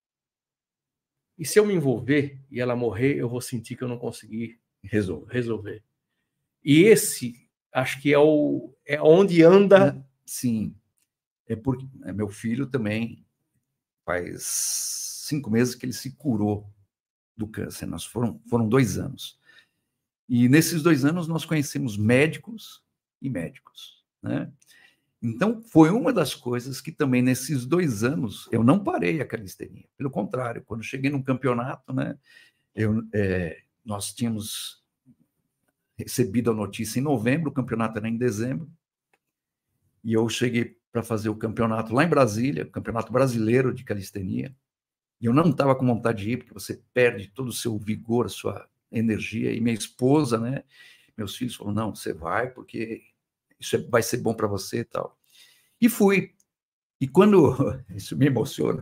E se eu me envolver e ela morrer, eu vou sentir que eu não consegui resolver. E esse, acho que é onde anda... Sim. É porque meu filho também faz 5 meses que ele se curou do câncer. Foram 2 anos. E nesses 2 anos nós conhecemos médicos e médicos, né? Então, foi uma das coisas que também nesses 2 anos eu não parei a calistenia. Pelo contrário, quando cheguei num campeonato, né, nós tínhamos recebido a notícia em novembro, o campeonato era em dezembro, e eu cheguei para fazer o campeonato lá em Brasília, o Campeonato Brasileiro de Calistenia, e eu não estava com vontade de ir, porque você perde todo o seu vigor, a sua energia, e minha esposa, né, meus filhos falaram, não, você vai, porque isso vai ser bom para você e tal. E fui. E quando... Isso me emociona.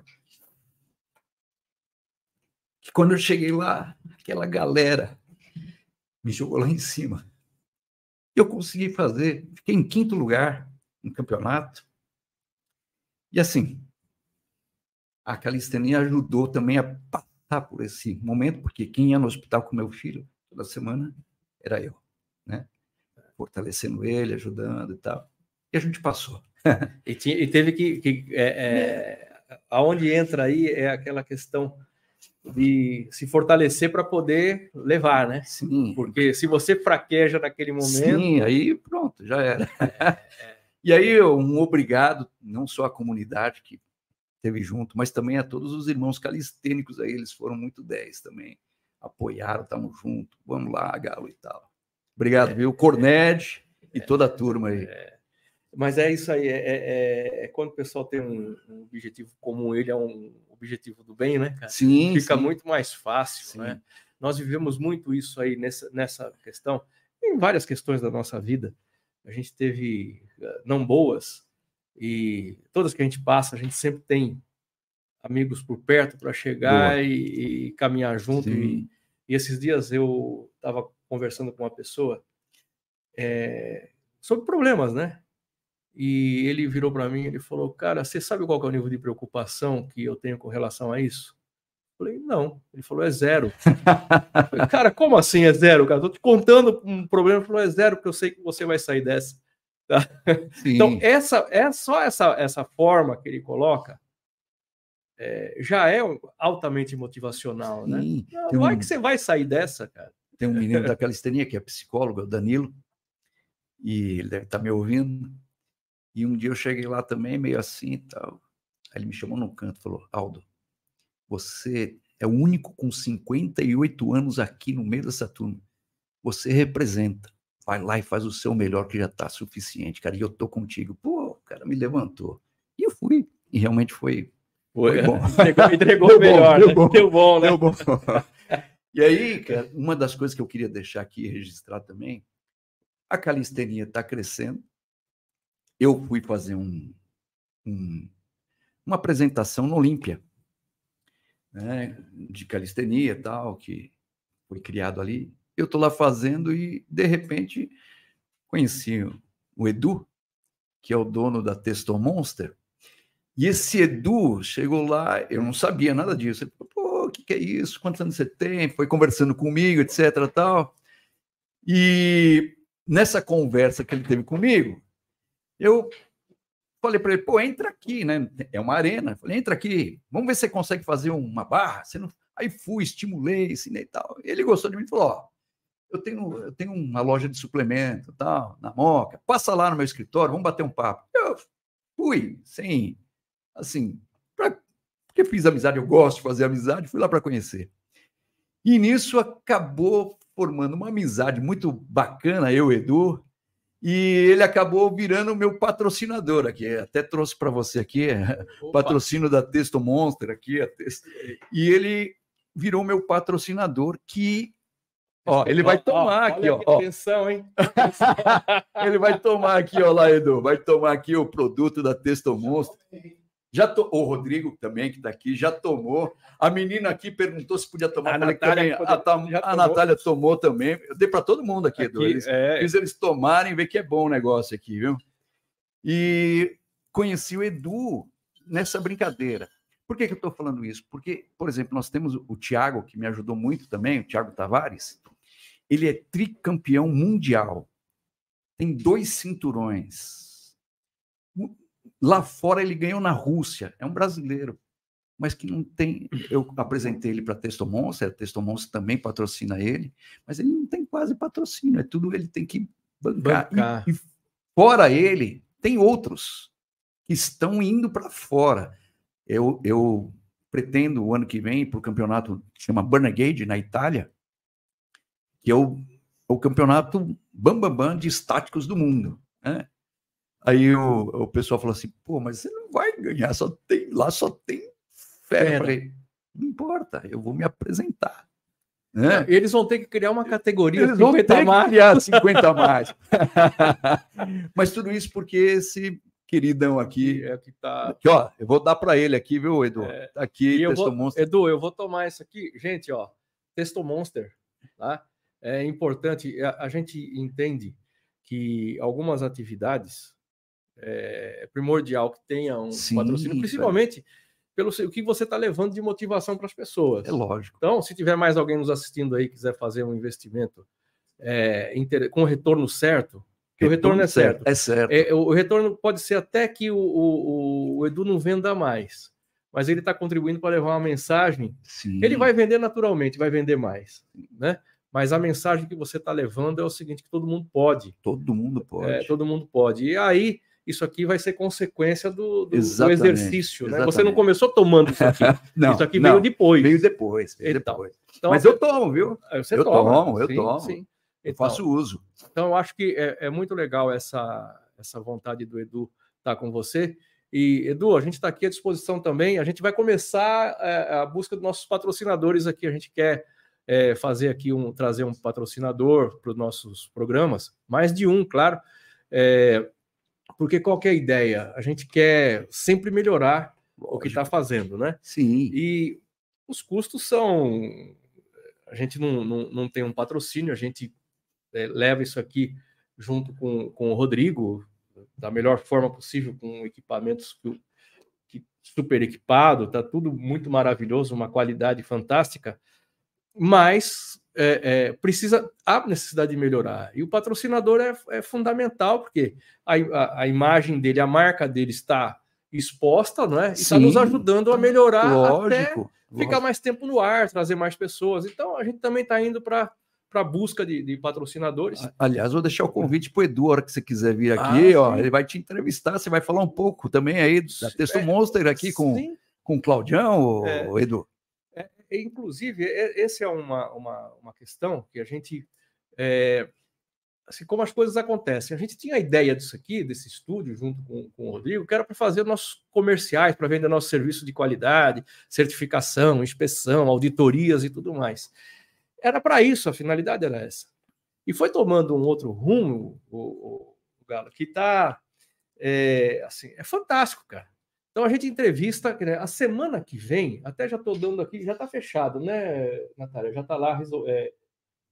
Que quando eu cheguei lá, aquela galera me jogou lá em cima. Eu consegui fazer, fiquei em 5º lugar no campeonato. E assim, a calistenia ajudou também a passar por esse momento, porque quem ia no hospital com meu filho toda semana era eu, né? Fortalecendo ele, ajudando e tal. E a gente passou. E teve que aonde entra aí é aquela questão de se fortalecer para poder levar, né? Sim. Porque se você fraqueja naquele momento... Sim, aí pronto, já era. E aí um obrigado, não só à comunidade que esteve junto, mas também a todos os irmãos calistênicos aí, eles foram muito 10 também. Apoiaram, estamos juntos, vamos lá, Galo e tal. Obrigado, viu? Corned e toda a turma aí. Mas é isso aí, quando o pessoal tem um objetivo comum, ele é um objetivo do bem, né, cara? Sim, fica sim. muito mais fácil, sim, né? Nós vivemos muito isso aí nessa questão, em várias questões da nossa vida. A gente teve não boas, e todas que a gente passa, a gente sempre tem amigos por perto para chegar e caminhar junto. E esses dias eu estava conversando com uma pessoa sobre problemas, né? E ele virou para mim, ele falou, cara, você sabe qual que é o nível de preocupação que eu tenho com relação a isso? Eu falei, não. Ele falou, é 0. Eu falei, cara, como assim é 0, cara? Tô te contando um problema. Ele falou, é 0, porque eu sei que você vai sair dessa. Tá? Então, essa forma que ele coloca já é altamente motivacional, né? Vai que você vai sair dessa, cara. Tem um menino da calistenia que é psicólogo, o Danilo, e ele deve estar me ouvindo. E um dia eu cheguei lá também, meio assim e tal. Aí ele me chamou num canto e falou, Aldo, você é o único com 58 anos aqui no meio dessa turma. Você representa. Vai lá e faz o seu melhor, que já está suficiente, cara. E eu tô contigo. Pô, o cara me levantou. E eu fui. E realmente foi bom. Entregou melhor, né? Deu bom, né? Deu bom. E aí, cara, uma das coisas que eu queria deixar aqui registrar também, a calistenia está crescendo. Eu fui fazer uma apresentação no Olímpia, né, de calistenia e tal, que foi criado ali. eu estou lá fazendo e, de repente, conheci o Edu, que é o dono da Testo Monster, e esse Edu chegou lá, eu não sabia nada disso. Ele falou, pô, o que é isso? Quantos anos você tem? Foi conversando comigo, etc. Tal. E nessa conversa que ele teve comigo, eu falei para ele, pô, entra aqui, né? É uma arena. Eu falei, entra aqui, vamos ver se você consegue fazer uma barra. Você não... Aí fui, estimulei, ensinei e tal. Ele gostou de mim e falou, ó, eu tenho uma loja de suplemento, tal, na Moca, passa lá no meu escritório, vamos bater um papo. Eu fui, sem, assim, porque fiz amizade, eu gosto de fazer amizade, fui lá para conhecer. E nisso acabou formando uma amizade muito bacana, eu, Edu, e ele acabou virando o meu patrocinador aqui. Até trouxe para você aqui, patrocínio da Testo Monster aqui. E ele virou meu patrocinador, que ó, ele vai tomar aqui, ó. Atenção, hein? Ele vai tomar aqui, ó lá, Edu. Vai tomar aqui o produto da Testo Monster. O Rodrigo também, que está aqui, já tomou. A menina aqui perguntou se podia tomar. A Natália tomou também. Eu dei para todo mundo aqui, Edu. Fiz eles tomarem, ver que é bom o negócio aqui, viu? E conheci o Edu nessa brincadeira. Por que eu estou falando isso? Porque, por exemplo, nós temos o Thiago, que me ajudou muito também, o Thiago Tavares. Ele é tricampeão mundial. Tem 2 cinturões. Lá fora ele ganhou na Rússia. É um brasileiro, mas que não tem... Eu apresentei ele para a Testo Monster. A Testo Monster também patrocina ele, mas ele não tem quase patrocínio. É tudo ele tem que bancar. E fora ele, tem outros que estão indo para fora. Eu pretendo, o ano que vem, para o campeonato que chama Bernagade, na Itália, que é o campeonato bambambam de estáticos do mundo, né? Aí o pessoal falou assim, pô, mas você não vai ganhar, lá só tem fera. Eu falei, não importa, eu vou me apresentar. Né? Eles vão ter que criar uma categoria. Eles vão ter que criar 50 a mais. Mas tudo isso porque esse queridão aqui... Aqui, ó, eu vou dar para ele aqui, viu, Edu? Tá aqui, Testo Monster. Edu, eu vou tomar isso aqui. Gente, ó, Testo Monster, tá? É importante, a gente entende que algumas atividades é primordial que tenha um patrocínio, principalmente pelo o que você está levando de motivação para as pessoas. É lógico. Então, se tiver mais alguém nos assistindo aí, quiser fazer um investimento com retorno certo, que o retorno é certo. É certo. O retorno pode ser até que o Edu não venda mais, mas ele está contribuindo para levar uma mensagem. Sim. Ele vai vender naturalmente, vai vender mais, né? Mas a mensagem que você está levando é o seguinte, que todo mundo pode. Todo mundo pode. Todo mundo pode. E aí, isso aqui vai ser consequência do exercício, né? Você não começou tomando isso aqui. Não, isso aqui veio depois. Veio depois. Então, mas eu tomo, viu? Você toma. Eu tomo. Sim. Eu faço uso. Então, eu acho que é muito legal essa vontade do Edu estar com você. E, Edu, a gente está aqui à disposição também. A gente vai começar a busca dos nossos patrocinadores aqui. A gente quer fazer aqui trazer um patrocinador para os nossos programas. Mais de um, claro. Porque qual que é a ideia? A gente quer sempre melhorar o que está fazendo, né? Sim. E os custos são... A gente não tem um patrocínio, a gente leva isso aqui junto com o Rodrigo, da melhor forma possível, com equipamentos super equipado, tá tudo muito maravilhoso, uma qualidade fantástica, mas há necessidade de melhorar. E o patrocinador é fundamental, porque a imagem dele, a marca dele está exposta, não é? E está nos ajudando a melhorar até ficar mais tempo no ar, trazer mais pessoas. Então, a gente também está indo para a busca de patrocinadores. Aliás, vou deixar o convite para o Edu, a hora que você quiser vir aqui, ele vai te entrevistar, você vai falar um pouco também aí da Testo Monster aqui com o Claudião, Edu. Inclusive, essa é uma questão que a gente... assim, como as coisas acontecem. A gente tinha a ideia disso aqui, desse estúdio, junto com o Rodrigo, que era para fazer nossos comerciais, para vender nosso serviço de qualidade, certificação, inspeção, auditorias e tudo mais. Era para isso, a finalidade era essa. E foi tomando um outro rumo, o Galo, que está... assim, é fantástico, cara. Então a gente entrevista, a semana que vem, até já estou dando aqui, já está fechado, né, Natália? Já está lá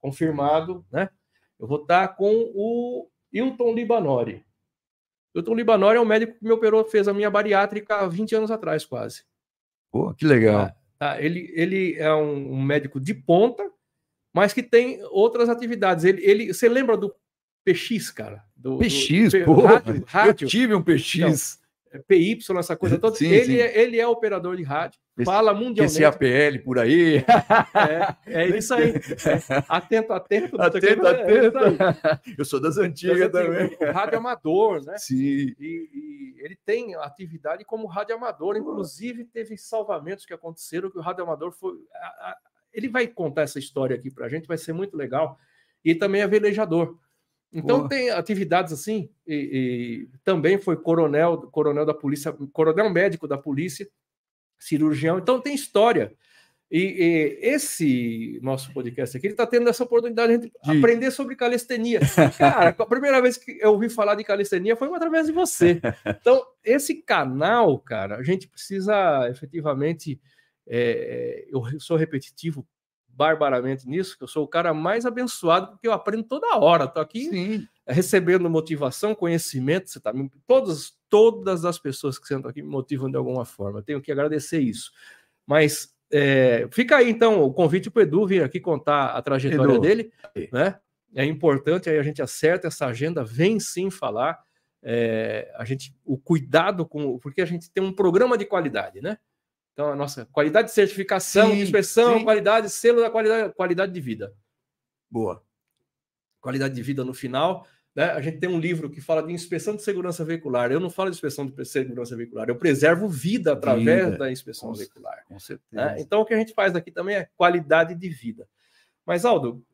confirmado, né? Eu vou estar com o Hilton Libanori. Hilton Libanori é um médico que me operou, fez a minha bariátrica há 20 anos atrás, quase. Pô, que legal. Ele é um médico de ponta, mas que tem outras atividades. Você lembra do PX, cara? PX, rádio. Eu tive um PX. Então, PY, essa coisa toda. Sim, ele é operador de rádio, fala mundialmente. Esse APL por aí. É isso aí. Atento. Atento. Eu sou das antigas também. Rádio amador, né? Sim. E ele tem atividade como rádio amador. Inclusive, teve salvamentos que aconteceram que o rádio amador foi... Ele vai contar essa história aqui pra gente, vai ser muito legal. E também é velejador. Então tem atividades assim, e também foi coronel da polícia, coronel médico da polícia, cirurgião, então tem história. E esse nosso podcast aqui, ele está tendo essa oportunidade de aprender sobre calistenia. Cara, a primeira vez que eu ouvi falar de calistenia foi através de você. Então, esse canal, cara, a gente precisa efetivamente... eu sou repetitivo barbaramente nisso, que eu sou o cara mais abençoado, porque eu aprendo toda hora. Estou aqui recebendo motivação, conhecimento. Você tá, todas as pessoas que sentam aqui me motivam de alguma forma. Eu tenho que agradecer isso. Mas fica aí, então, o convite para o Edu vir aqui contar a trajetória dele. Né? É importante, aí a gente acerta essa agenda, vem sim falar. O cuidado com... Porque a gente tem um programa de qualidade, né? Então, a nossa qualidade de certificação, de inspeção, qualidade, selo da qualidade de vida. Boa. Qualidade de vida no final. Né? A gente tem um livro que fala de inspeção de segurança veicular. Eu não falo de inspeção de segurança veicular, eu preservo vida através da inspeção veicular. Com certeza. Né? Então, o que a gente faz aqui também é qualidade de vida. Mas, Aldo,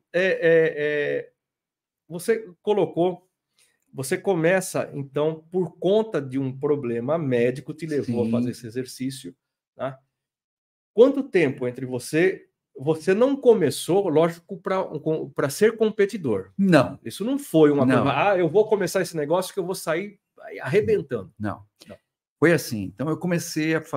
você começa, então, por conta de um problema médico, te levou a fazer esse exercício. Tá? Quanto tempo entre você não começou, lógico, para ser competidor? Não. Isso não foi uma coisa, eu vou começar esse negócio que eu vou sair arrebentando. Não. Foi assim. Então eu comecei a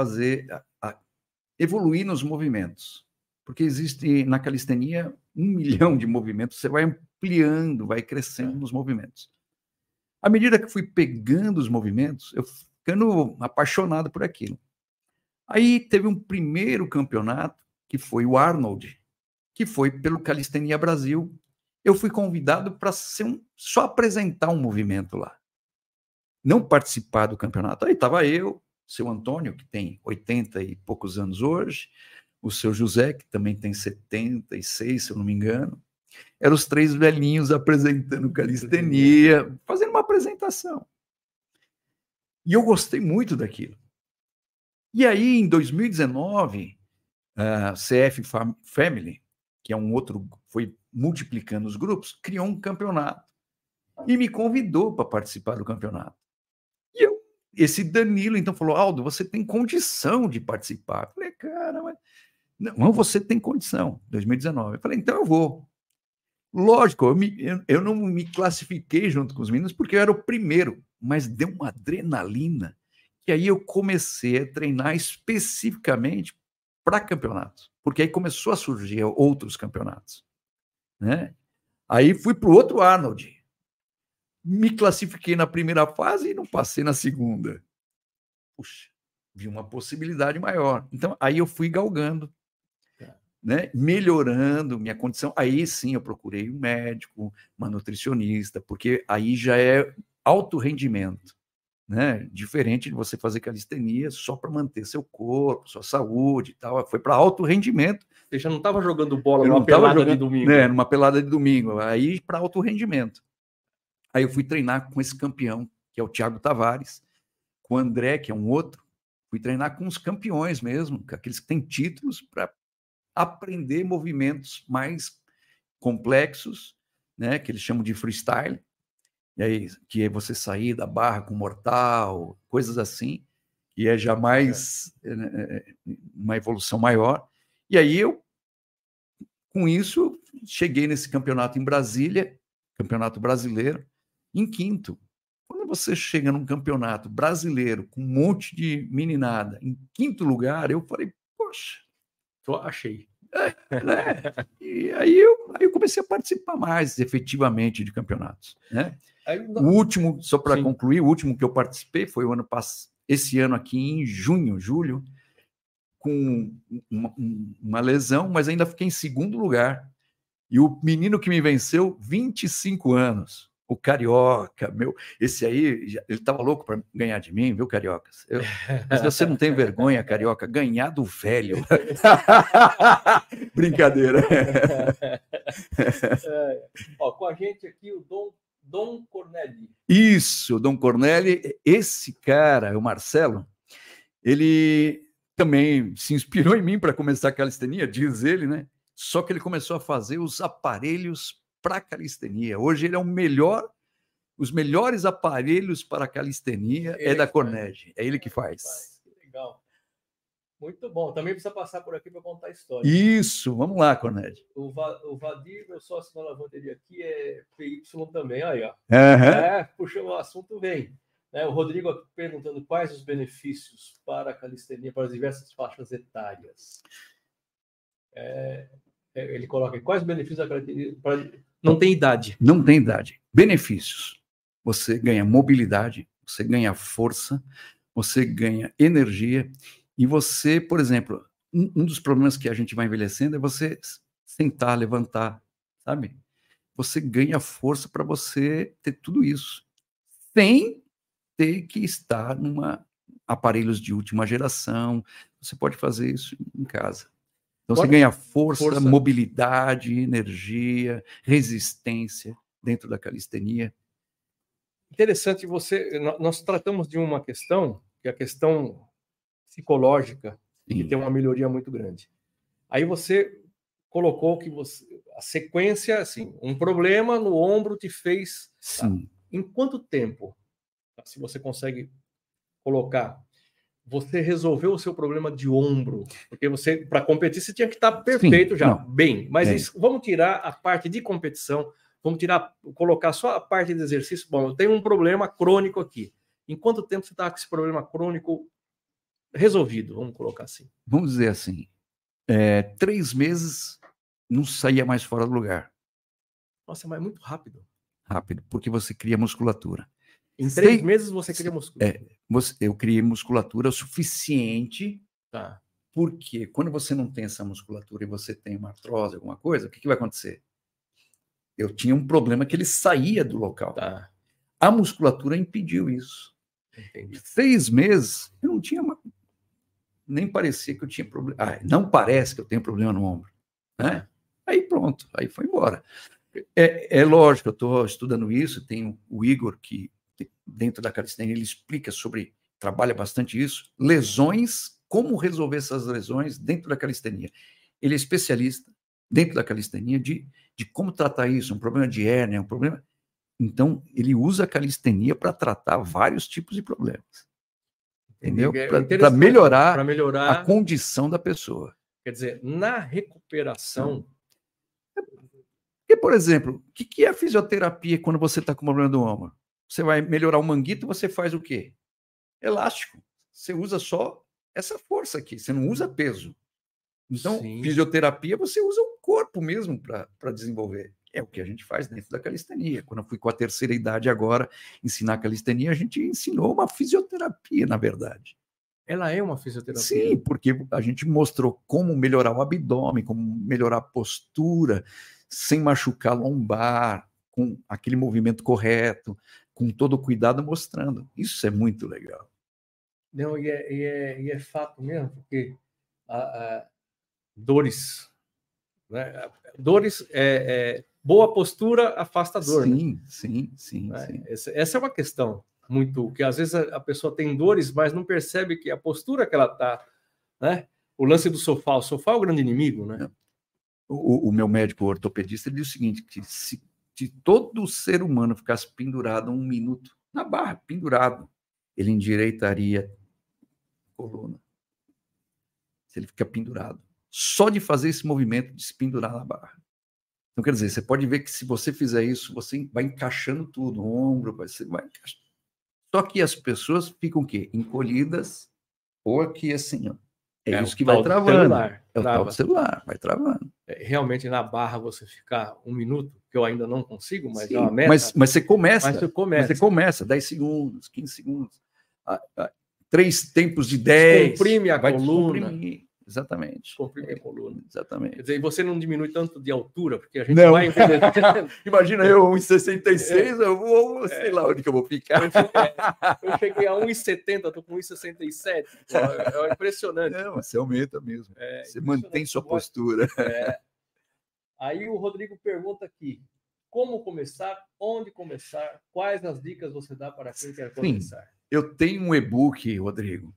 evoluir nos movimentos, porque existe na calistenia 1 milhão de movimentos, você vai ampliando, vai crescendo nos movimentos. À medida que fui pegando os movimentos, eu fui ficando apaixonado por aquilo. Aí teve um primeiro campeonato, que foi o Arnold, que foi pelo Calistenia Brasil. Eu fui convidado para só apresentar um movimento lá. Não participar do campeonato. Aí estava eu, seu Antônio, que tem 80 e poucos anos hoje, o seu José, que também tem 76, se eu não me engano. Eram os 3 velhinhos apresentando calistenia, fazendo uma apresentação. E eu gostei muito daquilo. E aí, em 2019, a CF Family, que é um outro, foi multiplicando os grupos, criou um campeonato e me convidou para participar do campeonato. E esse Danilo, então, falou, Aldo, você tem condição de participar. Eu falei, cara, mas... Não, você tem condição, 2019. Eu falei, então eu vou. Lógico, eu não me classifiquei junto com os meninos porque eu era o primeiro, mas deu uma adrenalina. E aí eu comecei a treinar especificamente para campeonatos, porque aí começou a surgir outros campeonatos. Né? Aí fui para o outro Arnold. Me classifiquei na primeira fase e não passei na segunda. Puxa, vi uma possibilidade maior. Então, aí eu fui galgando, né? Melhorando minha condição. Aí sim eu procurei um médico, uma nutricionista, porque aí já é alto rendimento. Né? Diferente de você fazer calistenia só para manter seu corpo, sua saúde e tal. Foi para alto rendimento. Você já não estava jogando bola numa pelada de domingo. Né? Numa pelada de domingo. Aí para alto rendimento. Aí eu fui treinar com esse campeão, que é o Thiago Tavares, com o André, que é um outro. Fui treinar com os campeões mesmo, com aqueles que têm títulos, para aprender movimentos mais complexos, né? Que eles chamam de freestyle. E aí, que é você sair da barra com mortal, coisas assim, que é já mais uma evolução maior. E aí eu, com isso, cheguei nesse campeonato em Brasília, campeonato brasileiro, em quinto. Quando você chega num campeonato brasileiro com um monte de meninada, em quinto lugar, eu falei, poxa, achei. Né? E aí eu comecei a participar mais efetivamente de campeonatos, né? O último, só para concluir, o último que eu participei foi o ano passado, esse ano aqui em julho, com uma lesão, mas ainda fiquei em segundo lugar. E o menino que me venceu, 25 anos, o Carioca, esse aí, ele estava louco para ganhar de mim, viu, Carioca? Mas você não tem vergonha, Carioca, ganhar do velho. Brincadeira. Ó, com a gente aqui o Dom Corneli. Isso, Dom Corneli, esse cara, o Marcelo, ele também se inspirou em mim para começar a calistenia, diz ele, né? Só que ele começou a fazer os aparelhos para calistenia. Hoje ele é os melhores aparelhos para calistenia é da Corneli. É ele que faz. Que legal. Muito bom. Também precisa passar por aqui para contar a história. Isso, vamos lá, Corneli. O Vadir, meu sócio na lavanderia aqui, é PY também. Aí, ó. Puxou o assunto, vem. O Rodrigo aqui perguntando quais os benefícios para a calistenia, para as diversas faixas etárias. Ele coloca quais os benefícios da calistenia. Não tem idade. Não tem idade. Benefícios. Você ganha mobilidade, você ganha força, você ganha energia. E você, por exemplo, um dos problemas que a gente vai envelhecendo é você sentar, levantar, sabe? Você ganha força para você ter tudo isso, sem ter que estar aparelhos de última geração. Você pode fazer isso em casa. Então, você ganha força, mobilidade, energia, resistência dentro da calistenia. Interessante, nós tratamos de uma questão, que é a questão psicológica, que tem uma melhoria muito grande. Aí você colocou que a sequência, assim, um problema no ombro te fez... Sim. Tá? Em quanto tempo, se você consegue colocar, você resolveu o seu problema de ombro? Porque para competir, você tinha que estar perfeito já. Não. Bem, mas vamos tirar a parte de competição, colocar só a parte de exercício. Bom, eu tenho um problema crônico aqui. Em quanto tempo você está com esse problema crônico resolvido? Vamos colocar assim. Vamos dizer assim, 3 meses não saía mais fora do lugar. Nossa, mas é muito rápido. Rápido, porque você cria musculatura. Em 3 meses você cria musculatura. Eu criei musculatura suficiente, tá? Porque quando você não tem essa musculatura e você tem uma artrose, alguma coisa, o que vai acontecer? Eu tinha um problema que ele saía do local. Tá. A musculatura impediu isso. Entendi. 6 meses, eu não tinha nem parecia que eu tinha problema. Não parece que eu tenho problema no ombro. Né? Aí pronto, aí foi embora. É lógico, eu estou estudando isso, tem o Igor, que dentro da calistenia ele explica trabalha bastante isso, lesões, como resolver essas lesões dentro da calistenia. Ele é especialista dentro da calistenia de como tratar isso, um problema de hérnia, um problema... Então, ele usa a calistenia para tratar vários tipos de problemas. Entendeu? Para melhorar a condição da pessoa. Quer dizer, na recuperação... Porque, por exemplo, o que é a fisioterapia quando você está com problema do ombro? Você vai melhorar o manguito, você faz o quê? Elástico. Você usa só essa força aqui, você não usa peso. Então, fisioterapia, você usa o corpo mesmo para desenvolver. É o que a gente faz dentro da calistenia. Quando eu fui com a terceira idade agora ensinar calistenia, a gente ensinou uma fisioterapia, na verdade. Ela é uma fisioterapia? Sim, porque a gente mostrou como melhorar o abdômen, como melhorar a postura, sem machucar a lombar, com aquele movimento correto, com todo o cuidado mostrando. Isso é muito legal. Não, e é fato mesmo, porque dores, né? Dores, boa postura afasta a dor. Sim, né? sim. Essa é uma questão muito, que às vezes a pessoa tem dores, mas não percebe que a postura que ela está, né? O lance do sofá, o sofá é o grande inimigo, né? O meu médico ortopedista ele diz o seguinte, que se todo ser humano ficasse pendurado 1 minuto na barra, pendurado, ele endireitaria a coluna. Se ele fica pendurado. Só de fazer esse movimento de se pendurar na barra. Então, quer dizer, você pode ver que se você fizer isso, você vai encaixando tudo, o ombro, você vai encaixando. Só que as pessoas ficam o quê? Encolhidas, ou aqui assim, ó. É isso que vai travando. Celular, é o tal do celular, vai travando. Realmente, na barra, você ficar 1 minuto, que eu ainda não consigo, mas Sim, é uma meta. mas você começa. Mas você começa, 10 segundos, 15 segundos. 3 tempos de 10. Descomprime a vai coluna. Descomprimir. Exatamente. Descomprime a coluna. Exatamente. Quer dizer, e você não diminui tanto de altura, porque a gente Não. vai envelhecendo. Imagina eu, 1,66, eu vou, sei lá onde que eu vou ficar. Eu cheguei a 1,70, estou com 1,67. É impressionante. Não, você aumenta mesmo. Você mantém sua postura. Aí o Rodrigo pergunta aqui, como começar, onde começar, quais as dicas você dá para quem quer começar? Sim, eu tenho um e-book, Rodrigo,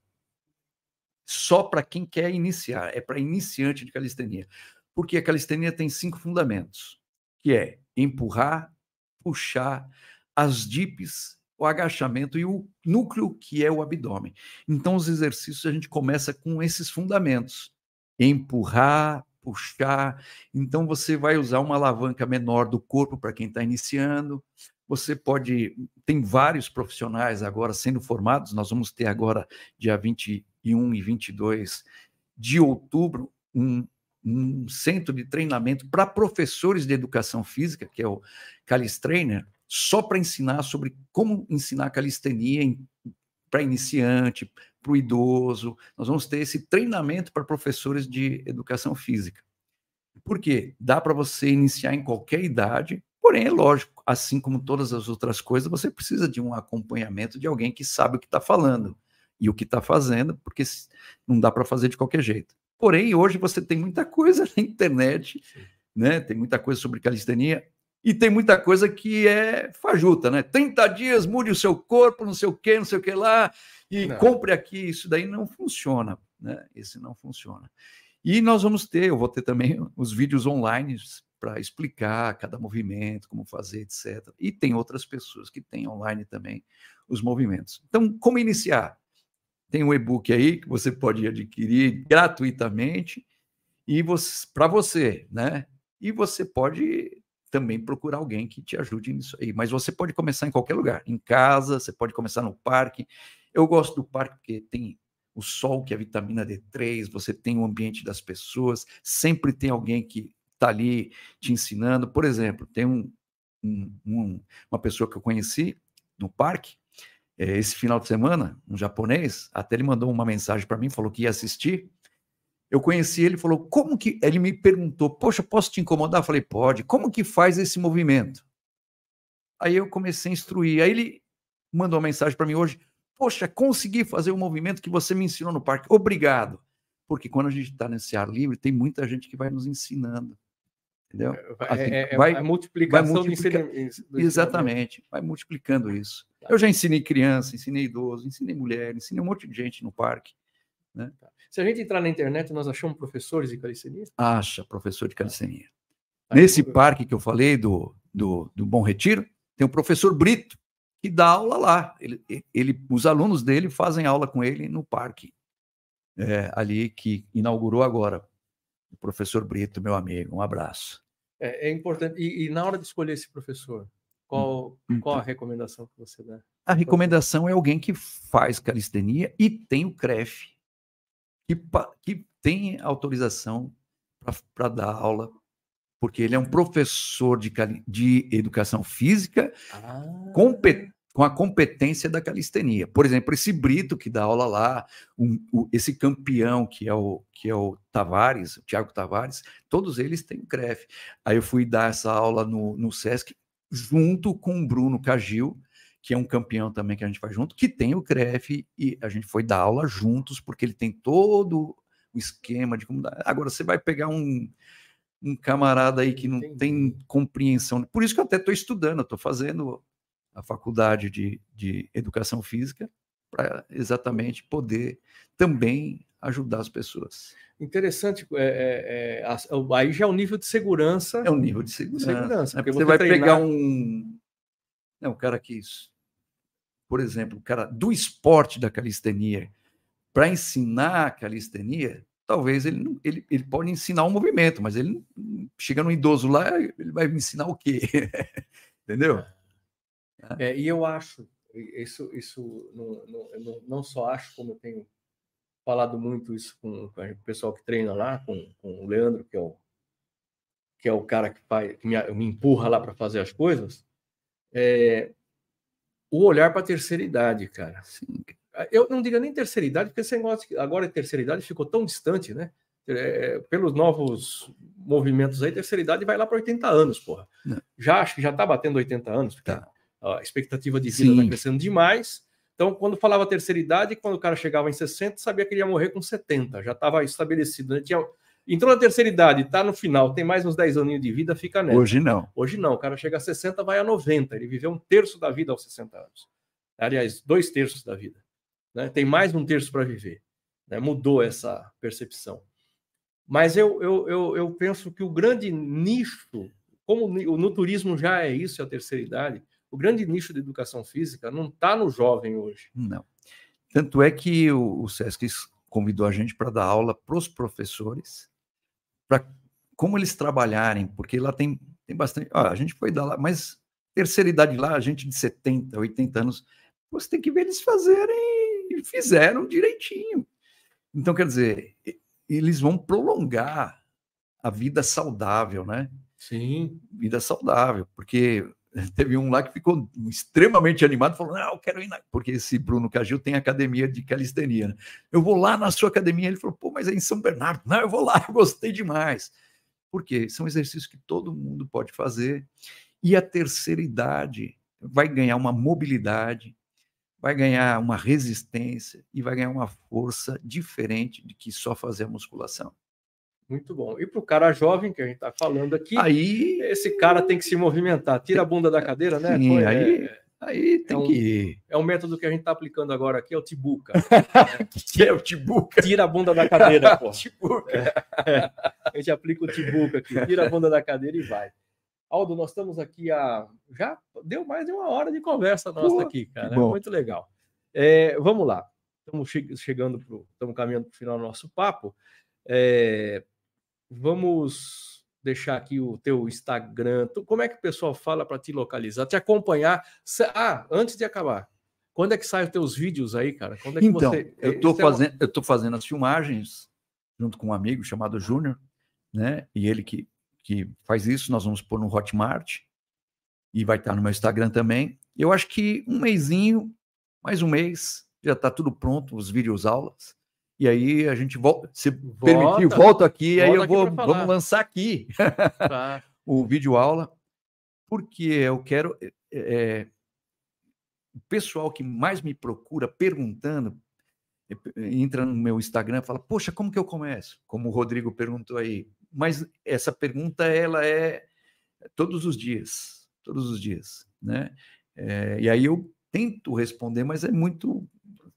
só para quem quer iniciar, é para iniciante de calistenia. Porque a calistenia tem 5 fundamentos, que é empurrar, puxar, as dips, o agachamento e o núcleo, que é o abdômen. Então, os exercícios a gente começa com esses fundamentos. Empurrar, puxar. Então, você vai usar uma alavanca menor do corpo para quem está iniciando. Você pode... Tem vários profissionais agora sendo formados. Nós vamos ter agora, dia 21 e 22 de outubro, um centro de treinamento para professores de educação física, que é o Calistrainer, só para ensinar sobre como ensinar calistenia para iniciante, para o idoso. Nós vamos ter esse treinamento para professores de educação física. Por quê? Dá para você iniciar em qualquer idade, porém, é lógico, assim como todas as outras coisas, você precisa de um acompanhamento de alguém que sabe o que está falando e o que está fazendo, porque não dá para fazer de qualquer jeito. Porém, hoje você tem muita coisa na internet, né? Tem muita coisa sobre calistenia e tem muita coisa que é fajuta, né? 30 dias, mude o seu corpo, não sei o que lá, e compre aqui. Isso daí não funciona, né? Esse não funciona. E nós eu vou ter também os vídeos online para explicar cada movimento, como fazer, etc. E tem outras pessoas que têm online também os movimentos. Então, como iniciar? Tem um e-book aí que você pode adquirir gratuitamente e para você, né? E você pode também procurar alguém que te ajude nisso aí. Mas você pode começar em qualquer lugar, em casa, você pode começar no parque. Eu gosto do parque porque tem o sol, que é a vitamina D3, você tem o ambiente das pessoas, sempre tem alguém que está ali te ensinando. Por exemplo, tem uma pessoa que eu conheci no parque, esse final de semana, um japonês, até ele mandou uma mensagem para mim, falou que ia assistir. Eu conheci ele, falou, como que... Ele me perguntou, poxa, posso te incomodar? Eu falei, pode. Como que faz esse movimento? Aí eu comecei a instruir. Aí ele mandou uma mensagem para mim hoje, poxa, consegui fazer o movimento que você me ensinou no parque. Obrigado. Porque quando a gente está nesse ar livre, tem muita gente que vai nos ensinando. Entendeu? A multiplicação do ensinamento. Exatamente, vai multiplicando isso. Eu já ensinei criança, ensinei idoso, ensinei mulher, ensinei um monte de gente no parque. Né? Se a gente entrar na internet, nós achamos professores de calistenia? Acha, professor de calistenia. Nesse parque que eu falei, do Bom Retiro, tem o professor Brito, que dá aula lá. Os alunos dele fazem aula com ele no parque, ali que inaugurou agora. O professor Brito, meu amigo, um abraço. É importante. E na hora de escolher esse professor, qual a recomendação que você dá? A recomendação é alguém que faz calistenia e tem o CREF, que tem autorização para dar aula, porque ele é um professor de educação física com a competência da calistenia. Por exemplo, esse Brito que dá aula lá, esse campeão que é o Tavares, o Thiago Tavares, todos eles têm o CREF. Aí eu fui dar essa aula no Sesc, junto com o Bruno Cagil, que é um campeão também que a gente faz junto, que tem o CREF, e a gente foi dar aula juntos, porque ele tem todo o esquema de como dar. Agora, você vai pegar um camarada aí que não tem compreensão. Por isso que eu até estou estudando, estou fazendo a faculdade de educação física para exatamente poder também ajudar as pessoas. Interessante, aí já é o nível de segurança. É o nível de segurança. Porque você vai pegar um cara que, por exemplo, o cara do esporte da calistenia, para ensinar a calistenia, talvez ele pode ensinar um movimento, mas ele chega no idoso lá, ele vai me ensinar o quê? Entendeu? E eu acho, isso não só acho, como eu tenho falado muito isso com o pessoal que treina lá, com o Leandro, que é o cara que me empurra lá para fazer as coisas, o olhar para a terceira idade, cara. Sim. Eu não digo nem terceira idade, porque esse negócio agora a terceira idade ficou tão distante, né? Pelos novos movimentos aí, terceira idade vai lá para 80 anos, porra. Acho que já está batendo 80 anos, porque a expectativa de vida está crescendo demais. Então, quando falava terceira idade, quando o cara chegava em 60, sabia que ele ia morrer com 70, já estava estabelecido, né? Entrou na terceira idade, está no final, tem mais uns 10 aninhos de vida, fica nessa. Hoje não. Hoje não, o cara chega a 60, vai a 90, ele viveu um terço da vida aos 60 anos. Aliás, 2/3 da vida. Né? Tem mais de 1/3 para viver. Né? Mudou essa percepção. Mas eu penso que o grande nicho, como no turismo já é isso, é a terceira idade, o grande nicho de educação física não está no jovem hoje. Não. Tanto é que o SESC convidou a gente para dar aula para os professores, para como eles trabalharem, porque lá tem bastante... a gente foi dar lá, mas terceira idade lá, gente de 70, 80 anos, você tem que ver eles fazerem, e fizeram direitinho. Então, quer dizer, eles vão prolongar a vida saudável, né? Sim. Vida saudável, porque teve um lá que ficou extremamente animado, falou, não, eu quero ir porque esse Bruno Cagil tem academia de calistenia, né? Eu vou lá na sua academia. Ele falou, pô, mas é em São Bernardo. Não, eu vou lá, eu gostei demais. Por quê? São exercícios que todo mundo pode fazer, e a terceira idade vai ganhar uma mobilidade, vai ganhar uma resistência e vai ganhar uma força diferente de que só fazer a musculação. Muito bom. E para o cara jovem que a gente está falando aqui, aí esse cara tem que se movimentar, tira a bunda da cadeira, né? Sim, aí tem que... É um método que a gente está aplicando agora aqui, é o Tibuca. Que é o Tibuca? Tira a bunda da cadeira, pô. Tibuca. A gente aplica o Tibuca aqui, tira a bunda da cadeira e vai. Aldo, nós estamos aqui já deu mais de 1 hora de conversa nossa aqui, cara. É muito legal. Vamos lá. Estamos estamos caminhando para o final do nosso papo. Vamos deixar aqui o teu Instagram. Como é que o pessoal fala para te localizar, te acompanhar? Antes de acabar, quando é que saem os teus vídeos aí, cara? Quando é que então, eu estou fazendo as filmagens junto com um amigo chamado Júnior, né? E ele que faz isso, nós vamos pôr no Hotmart e vai estar no meu Instagram também. Eu acho que um mêsinho, mais um mês, já está tudo pronto, os vídeos aulas. E aí a gente volta, se permitir, volto aqui, aí vamos lançar aqui o vídeo aula, porque eu quero... o pessoal que mais me procura perguntando, entra no meu Instagram e fala, poxa, como que eu começo? Como o Rodrigo perguntou aí. Mas essa pergunta, ela é todos os dias, né? E aí eu tento responder, mas é muito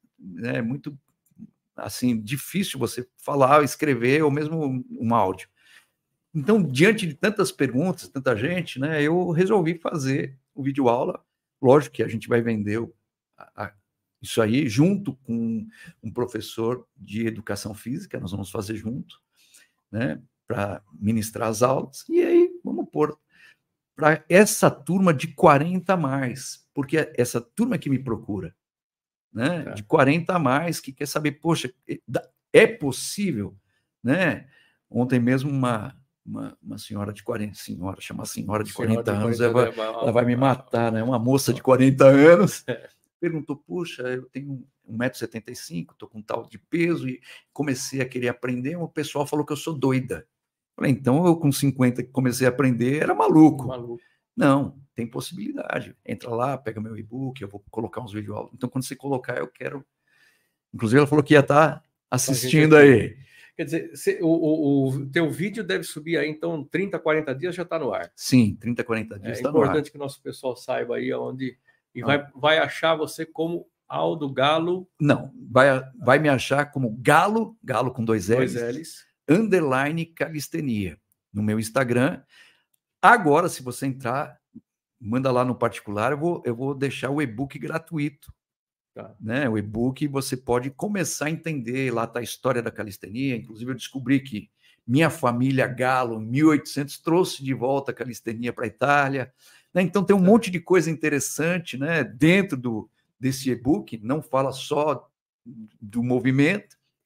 assim, difícil você falar, escrever, ou mesmo um áudio. Então, diante de tantas perguntas, tanta gente, né, eu resolvi fazer o vídeo aula. Lógico que a gente vai vender isso aí junto com um professor de educação física, nós vamos fazer junto, né, para ministrar as aulas, e aí vamos pôr para essa turma de 40 a mais, porque essa turma que me procura, né, de 40 a mais, que quer saber, poxa, é possível, né? Ontem mesmo uma senhora de 40, chama senhora de 40 anos, ela vai me matar, né? Uma moça de 40 anos perguntou, puxa, eu tenho 1,75 m, estou com tal de peso, e comecei a querer aprender, o pessoal falou que eu sou doida. Falei, então eu com 50 que comecei a aprender, era maluco. Não, tem possibilidade. Entra lá, pega meu e-book, eu vou colocar uns vídeos aulas. Então, quando você colocar, eu quero... Inclusive, ela falou que ia estar assistindo aí. Quer dizer, o teu vídeo deve subir aí, então, 30, 40 dias já está no ar. Sim, 30, 40 dias está no ar. É importante que o nosso pessoal saiba aí onde... E vai achar você como Aldo Galo... Não, vai me achar como Galo com 2 L's, _ calistenia, no meu Instagram. Agora, se você entrar, manda lá no particular, eu vou deixar o e-book gratuito. Né? O e-book você pode começar a entender, lá está a história da calistenia. Inclusive eu descobri que minha família Galo, em 1800, trouxe de volta a calistenia para a Itália, né? Então tem um monte de coisa interessante, né, dentro desse e-book. Não fala só do movimento,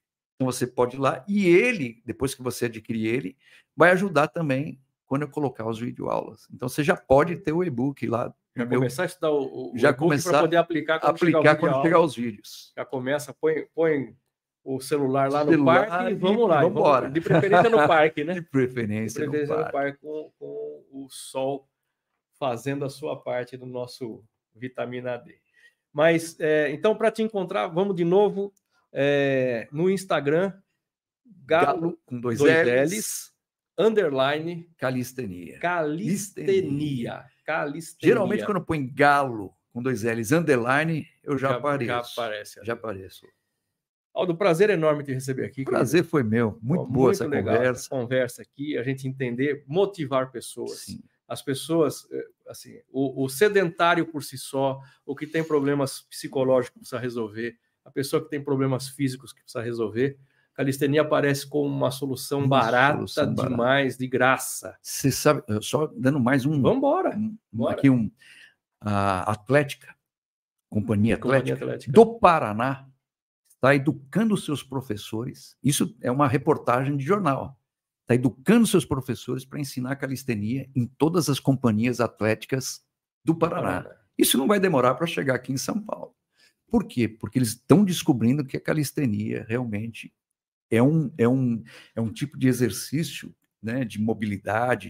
Então você pode ir lá e ele, depois que você adquirir ele, vai ajudar também quando eu colocar os videoaulas. Então você já pode ter o e-book lá. Já começar a estudar o já e-book começar para poder aplicar quando chegar os vídeos. Já começa, põe o celular lá no parque e vamos lá. Vamos embora. De preferência no parque, né? De preferência no parque com o sol fazendo a sua parte do nosso vitamina D. Mas, então, para te encontrar, vamos de novo no Instagram, Galo com 2 L's, _, calistenia. Geralmente, quando põe Galo com 2 L's, _, eu já apareço. Já apareço. Aldo, prazer enorme te receber aqui. Prazer querido. Foi meu. Muito boa essa conversa aqui, a gente entender, motivar pessoas. Sim. As pessoas, assim, o sedentário por si só, o que tem problemas psicológicos que precisa resolver, a pessoa que tem problemas físicos que precisa resolver, calistenia aparece como uma solução barata demais, de graça. Você sabe, só dando mais um... Vamos embora. Aqui a Atlética, Companhia Atlética do Paraná, está educando seus professores. Isso é uma reportagem de jornal. Está educando seus professores para ensinar calistenia em todas as companhias atléticas do Paraná. Isso não vai demorar para chegar aqui em São Paulo. Por quê? Porque eles estão descobrindo que a calistenia realmente é um tipo de exercício, né, de mobilidade,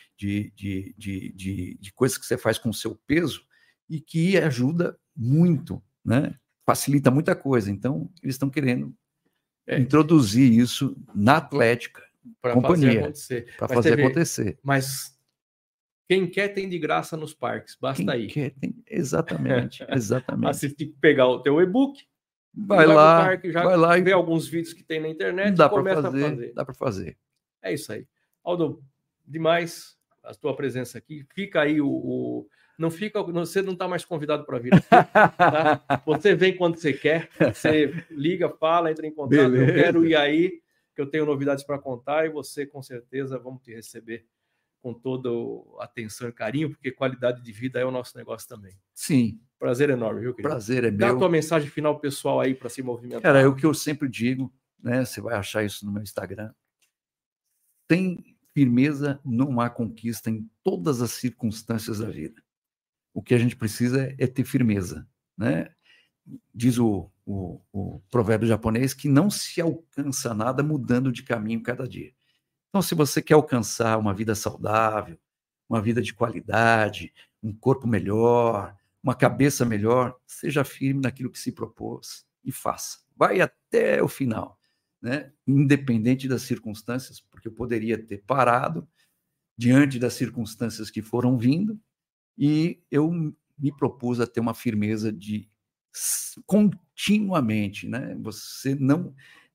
de coisas que você faz com o seu peso e que ajuda muito, né? Facilita muita coisa. Então, eles estão querendo introduzir isso na Atlética. Para fazer acontecer. Acontecer. Mas quem quer tem de graça nos parques, basta quem ir. Quer, tem... Exatamente. Assistir, pegar o teu e-book, vai lá, parque, e ver alguns vídeos que tem na internet e começa a fazer. Dá para fazer. É isso aí. Aldo, demais a tua presença aqui. Fica aí você não está mais convidado para vir aqui, tá? Você vem quando você quer, você liga, fala, entra em contato. Beleza. Eu quero ir aí, que eu tenho novidades para contar e você, com certeza, vamos te receber com toda a atenção e carinho, porque qualidade de vida é o nosso negócio também. Sim. Prazer enorme, viu, querido? Prazer é meu. Dá a tua mensagem final pessoal aí para se movimentar. Cara, é o que eu sempre digo, né? Você vai achar isso no meu Instagram. Tem firmeza, não há conquista em todas as circunstâncias da vida. O que a gente precisa é ter firmeza, né? Diz o provérbio japonês que não se alcança nada mudando de caminho cada dia. Então, se você quer alcançar uma vida saudável, uma vida de qualidade, um corpo melhor, uma cabeça melhor, seja firme naquilo que se propôs e faça. Vai até o final, né? Independente das circunstâncias, porque eu poderia ter parado diante das circunstâncias que foram vindo, e eu me propus a ter uma firmeza de continuamente, né? Você não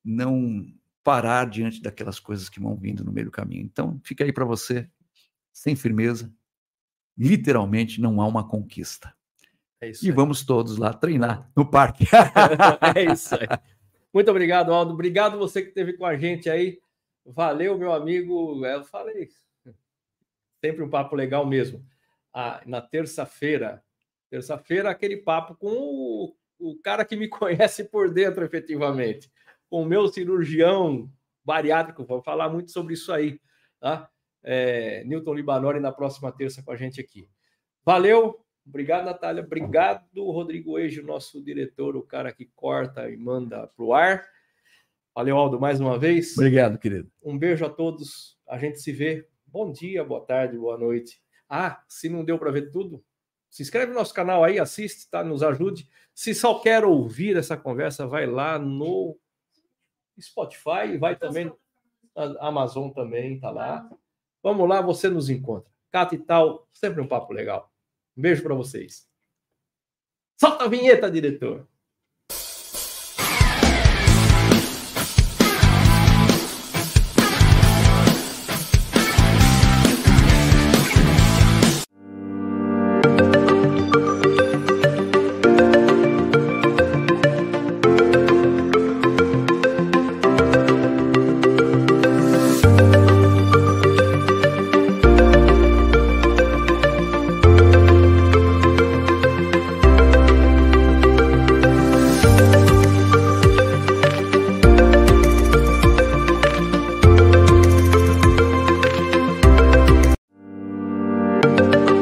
parar diante daquelas coisas que vão vindo no meio do caminho. Então, fica aí para você, sem firmeza, literalmente não há uma conquista. É isso e aí. Vamos todos lá treinar no parque. É isso aí. Muito obrigado, Aldo. Obrigado você que esteve com a gente aí. Valeu, meu amigo. Eu falei, sempre um papo legal mesmo. Na terça-feira, aquele papo com o cara que me conhece por dentro, efetivamente, com o meu cirurgião bariátrico. Vou falar muito sobre isso aí, tá? Newton Libanori na próxima terça com a gente aqui. Valeu, obrigado, Natália, obrigado, Rodrigo Ejo, nosso diretor, o cara que corta e manda pro ar. Valeu, Aldo, mais uma vez. Obrigado, querido. Um beijo a todos, a gente se vê. Bom dia, boa tarde, boa noite. Se não deu para ver tudo, se inscreve no nosso canal aí, assiste, tá? Nos ajude. Se só quer ouvir essa conversa, vai lá no Spotify, vai também na Amazon também, tá lá. Vamos lá, você nos encontra. Cata e tal, sempre um papo legal. Um beijo para vocês. Solta a vinheta, diretor. Tchau.